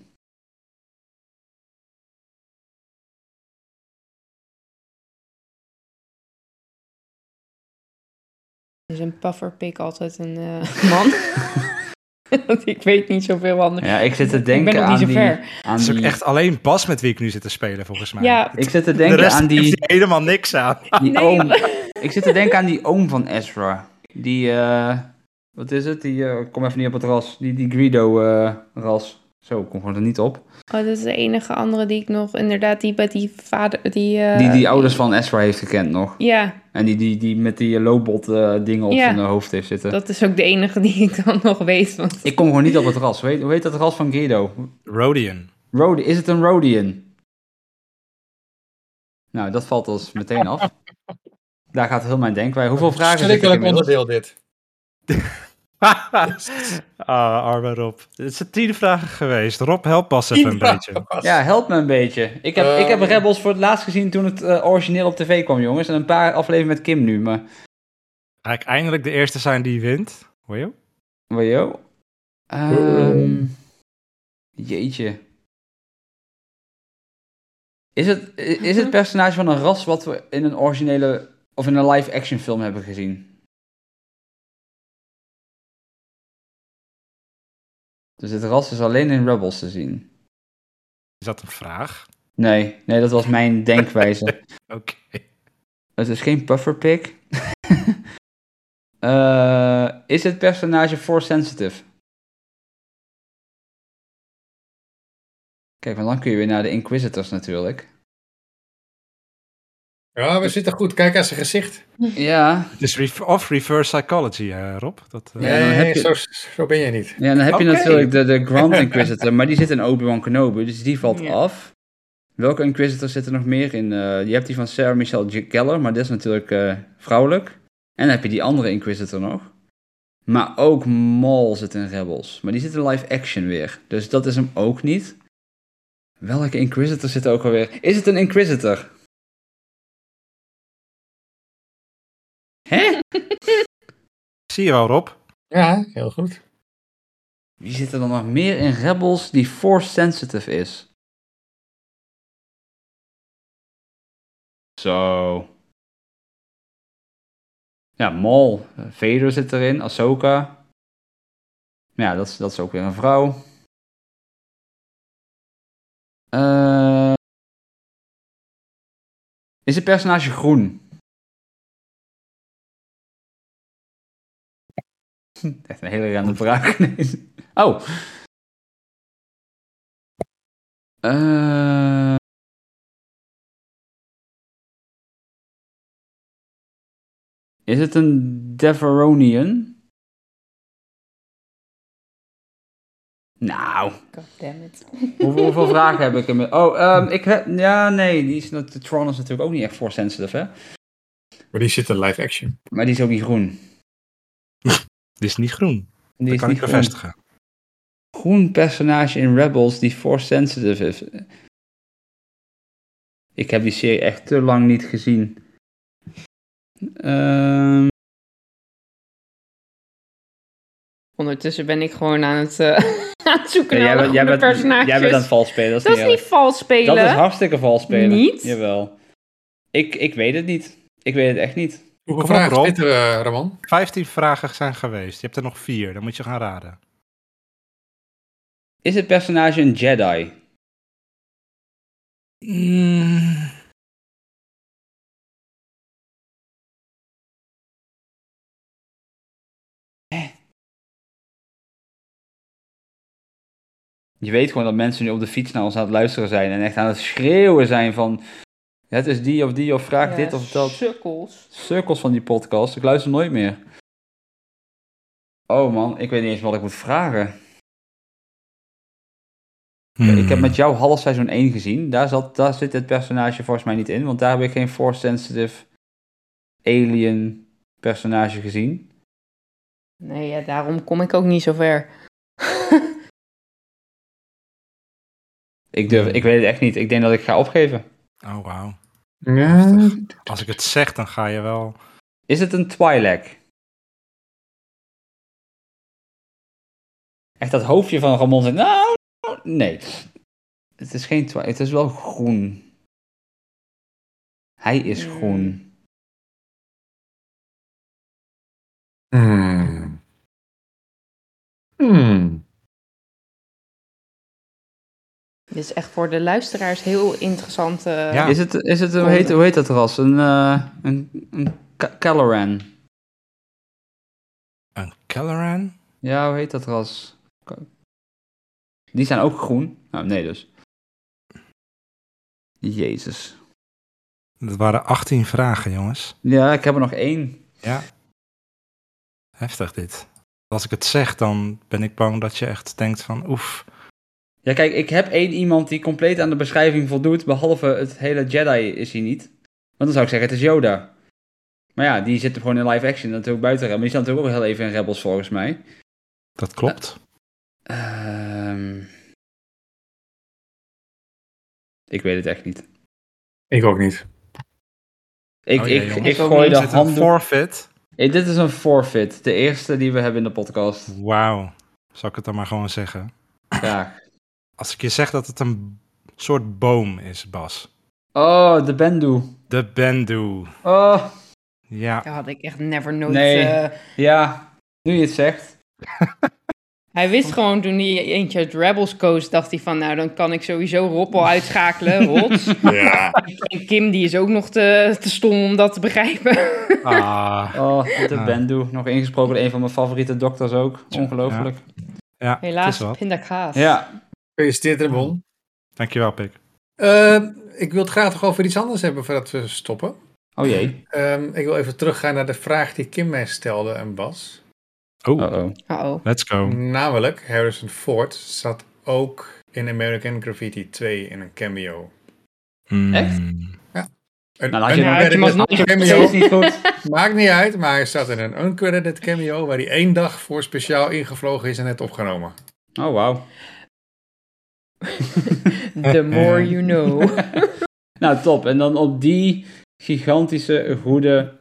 Is een pufferpik altijd een man? Ik weet niet zoveel anders. Ja, ik zit te denken ik ben nog niet zo ver. Het is ook echt alleen Bas met wie ik nu zit te spelen, volgens mij. Ja. Ik zit te denken de rest aan die... heeft helemaal niks aan. Die oom. Ik zit te denken aan die oom van Ezra. Die, wat is het? Die, kom even niet op het ras. Die Greedo-ras. Zo, ik kom gewoon er niet op. Oh, dat is de enige andere die ik nog... Inderdaad, die bij die vader... Die ouders van Ezra heeft gekend nog. Ja. En die met die lobot dingen op zijn hoofd heeft zitten. Dat is ook de enige die ik dan nog weet. Want... Ik kom gewoon niet op het ras. Hoe heet dat ras van Greedo? Rodian. Is het een Rodian? Nou, dat valt ons meteen af. Daar gaat heel mijn denken bij. Hoeveel vragen zitten er Schrikkelijk onderdeel dit. Arme Rob. Het zijn 10 vragen geweest. Rob, help Bas even een beetje. Ja, help me een beetje. Ik heb Rebels voor het laatst gezien toen het origineel op tv kwam, jongens. En een paar afleveringen met Kim nu, maar... Ga ik eindelijk de eerste zijn die wint? Hoor je? Jeetje. Is het personage van een ras wat we in een originele... of in een live-action film hebben gezien? Dus het ras is alleen in Rebels te zien. Is dat een vraag? Nee, dat was mijn denkwijze. Oké. Het is geen pufferpik. Is het personage force sensitive? Kijk, want dan kun je weer naar de Inquisitors natuurlijk. Ja, we zitten goed. Kijk aan zijn gezicht. Ja. Het is reverse psychology, Rob. Nee, zo ben jij niet. Ja, dan heb je natuurlijk de Grand Inquisitor, maar die zit in Obi-Wan Kenobi, dus die valt af. Welke Inquisitor zit er nog meer in? Je hebt die van Sarah Michelle Gellar, maar dat is natuurlijk vrouwelijk. En dan heb je die andere Inquisitor nog. Maar ook Maul zit in Rebels, maar die zit in live action weer. Dus dat is hem ook niet. Welke Inquisitor zit er ook alweer? Is het een Inquisitor? Hè? Zie je wel, Rob? Ja, heel goed. Wie zit er dan nog meer in Rebels die force sensitive is? Zo. Ja, Maul. Vader zit erin. Ahsoka. Ja, dat is ook weer een vrouw. Is het personage groen? Echt een hele random vraag. Oh. Is het een Deveronian? Nou. Goddammit. Hoeveel vragen heb ik? Die Tron is natuurlijk ook niet echt force sensitive, hè? Maar die zit in live action. Maar die is ook niet groen. Die is niet groen. Die Dat is kan niet ik bevestigen. Groen personage in Rebels die force sensitive is. Ik heb die serie echt te lang niet gezien. Ondertussen ben ik gewoon aan het zoeken naar de personages. Jij bent aan het vals spelen. Dat is niet vals spelen. Dat is hartstikke vals spelen. Niet? Jawel. Ik weet het niet. Ik weet het echt niet. Hoeveel vragen zitten er, Ramon? 15 vragen zijn geweest. Je hebt er nog 4. Dan moet je gaan raden. Is het personage een Jedi? Je weet gewoon dat mensen nu op de fiets naar ons aan het luisteren zijn en echt aan het schreeuwen zijn van het is die of die of vraag dit of dat. Sukkels van die podcast. Ik luister nooit meer. Oh man, ik weet niet eens wat ik moet vragen. Ik heb met jou half seizoen 1 gezien. Daar zit het personage volgens mij niet in, want daar heb ik geen force sensitive alien personage gezien. Nee, ja, daarom kom ik ook niet zo ver. Ik weet het echt niet. Ik denk dat ik ga opgeven. Oh, wauw. Ja. Als ik het zeg, dan ga je wel... Is het een Twi'lek? Echt dat hoofdje van Ramon zegt, nou, nee. Het is geen Twi'lek, het is wel groen. Hij is groen. Dit is echt voor de luisteraars heel interessant. Ja. Is het hoe heet dat ras? Een Caloran. Een Caloran? Ja, hoe heet dat ras? Die zijn ook groen. Nou, nee dus. Jezus. Dat waren 18 vragen, jongens. Ja, ik heb er nog 1. Ja. Heftig dit. Als ik het zeg, dan ben ik bang dat je echt denkt van oef. Ja, kijk, ik heb 1 iemand die compleet aan de beschrijving voldoet, behalve het hele Jedi is hij niet. Want dan zou ik zeggen, het is Yoda. Maar ja, die zit gewoon in live action, natuurlijk buiten Rebels. Maar die staat natuurlijk ook heel even in Rebels, volgens mij. Dat klopt. Ik weet het echt niet. Ik ook niet. Ik gooi de handdoek... Een forfeit? Dit is een forfeit. De eerste die we hebben in de podcast. Wauw. Zal ik het dan maar gewoon zeggen? Graag. Als ik je zeg dat het een soort boom is, Bas. Oh, de Bendu. De Bendu. Oh. Ja. Dat had ik echt nooit... Nee. Ja, nu je het zegt. Hij wist gewoon toen hij eentje uit Rebels koos, dacht hij van, nou dan kan ik sowieso Rob al uitschakelen, Rots. Ja. En Kim die is ook nog te stom om dat te begrijpen. De Bendu. Nog ingesproken door een van mijn favoriete dokters ook. Ongelooflijk. Ja, helaas pindakaas. Ja. Gefeliciteerd, Ramon. Dankjewel, Pik. Ik wil het graag toch over iets anders hebben voordat we stoppen. Oh jee. Ik wil even teruggaan naar de vraag die Kim mij stelde en Bas. Uh-oh. Let's go. Namelijk, Harrison Ford zat ook in American Graffiti 2 in een cameo. Echt? Ja. Een cameo. Niet goed. Maakt niet uit, maar hij zat in een uncredited cameo waar hij 1 dag voor speciaal ingevlogen is en net opgenomen. Oh, wauw. The more you know. Nou, top. En dan op die gigantische goede...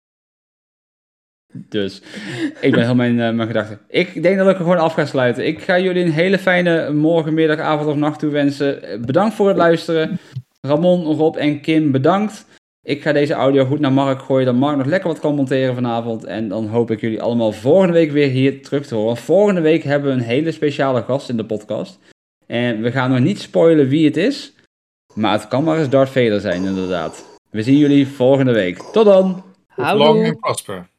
Dus, ik ben heel mijn gedachten. Ik denk dat ik er gewoon af ga sluiten. Ik ga jullie een hele fijne morgen, middag, avond of nacht toewensen. Bedankt voor het luisteren. Ramon, Rob en Kim, bedankt. Ik ga deze audio goed naar Mark gooien, dat Mark nog lekker wat kan monteren vanavond. En dan hoop ik jullie allemaal volgende week weer hier terug te horen. Want volgende week hebben we een hele speciale gast in de podcast. En we gaan nog niet spoilen wie het is. Maar het kan maar eens Darth Vader zijn, inderdaad. We zien jullie volgende week. Tot dan! Long and prosper.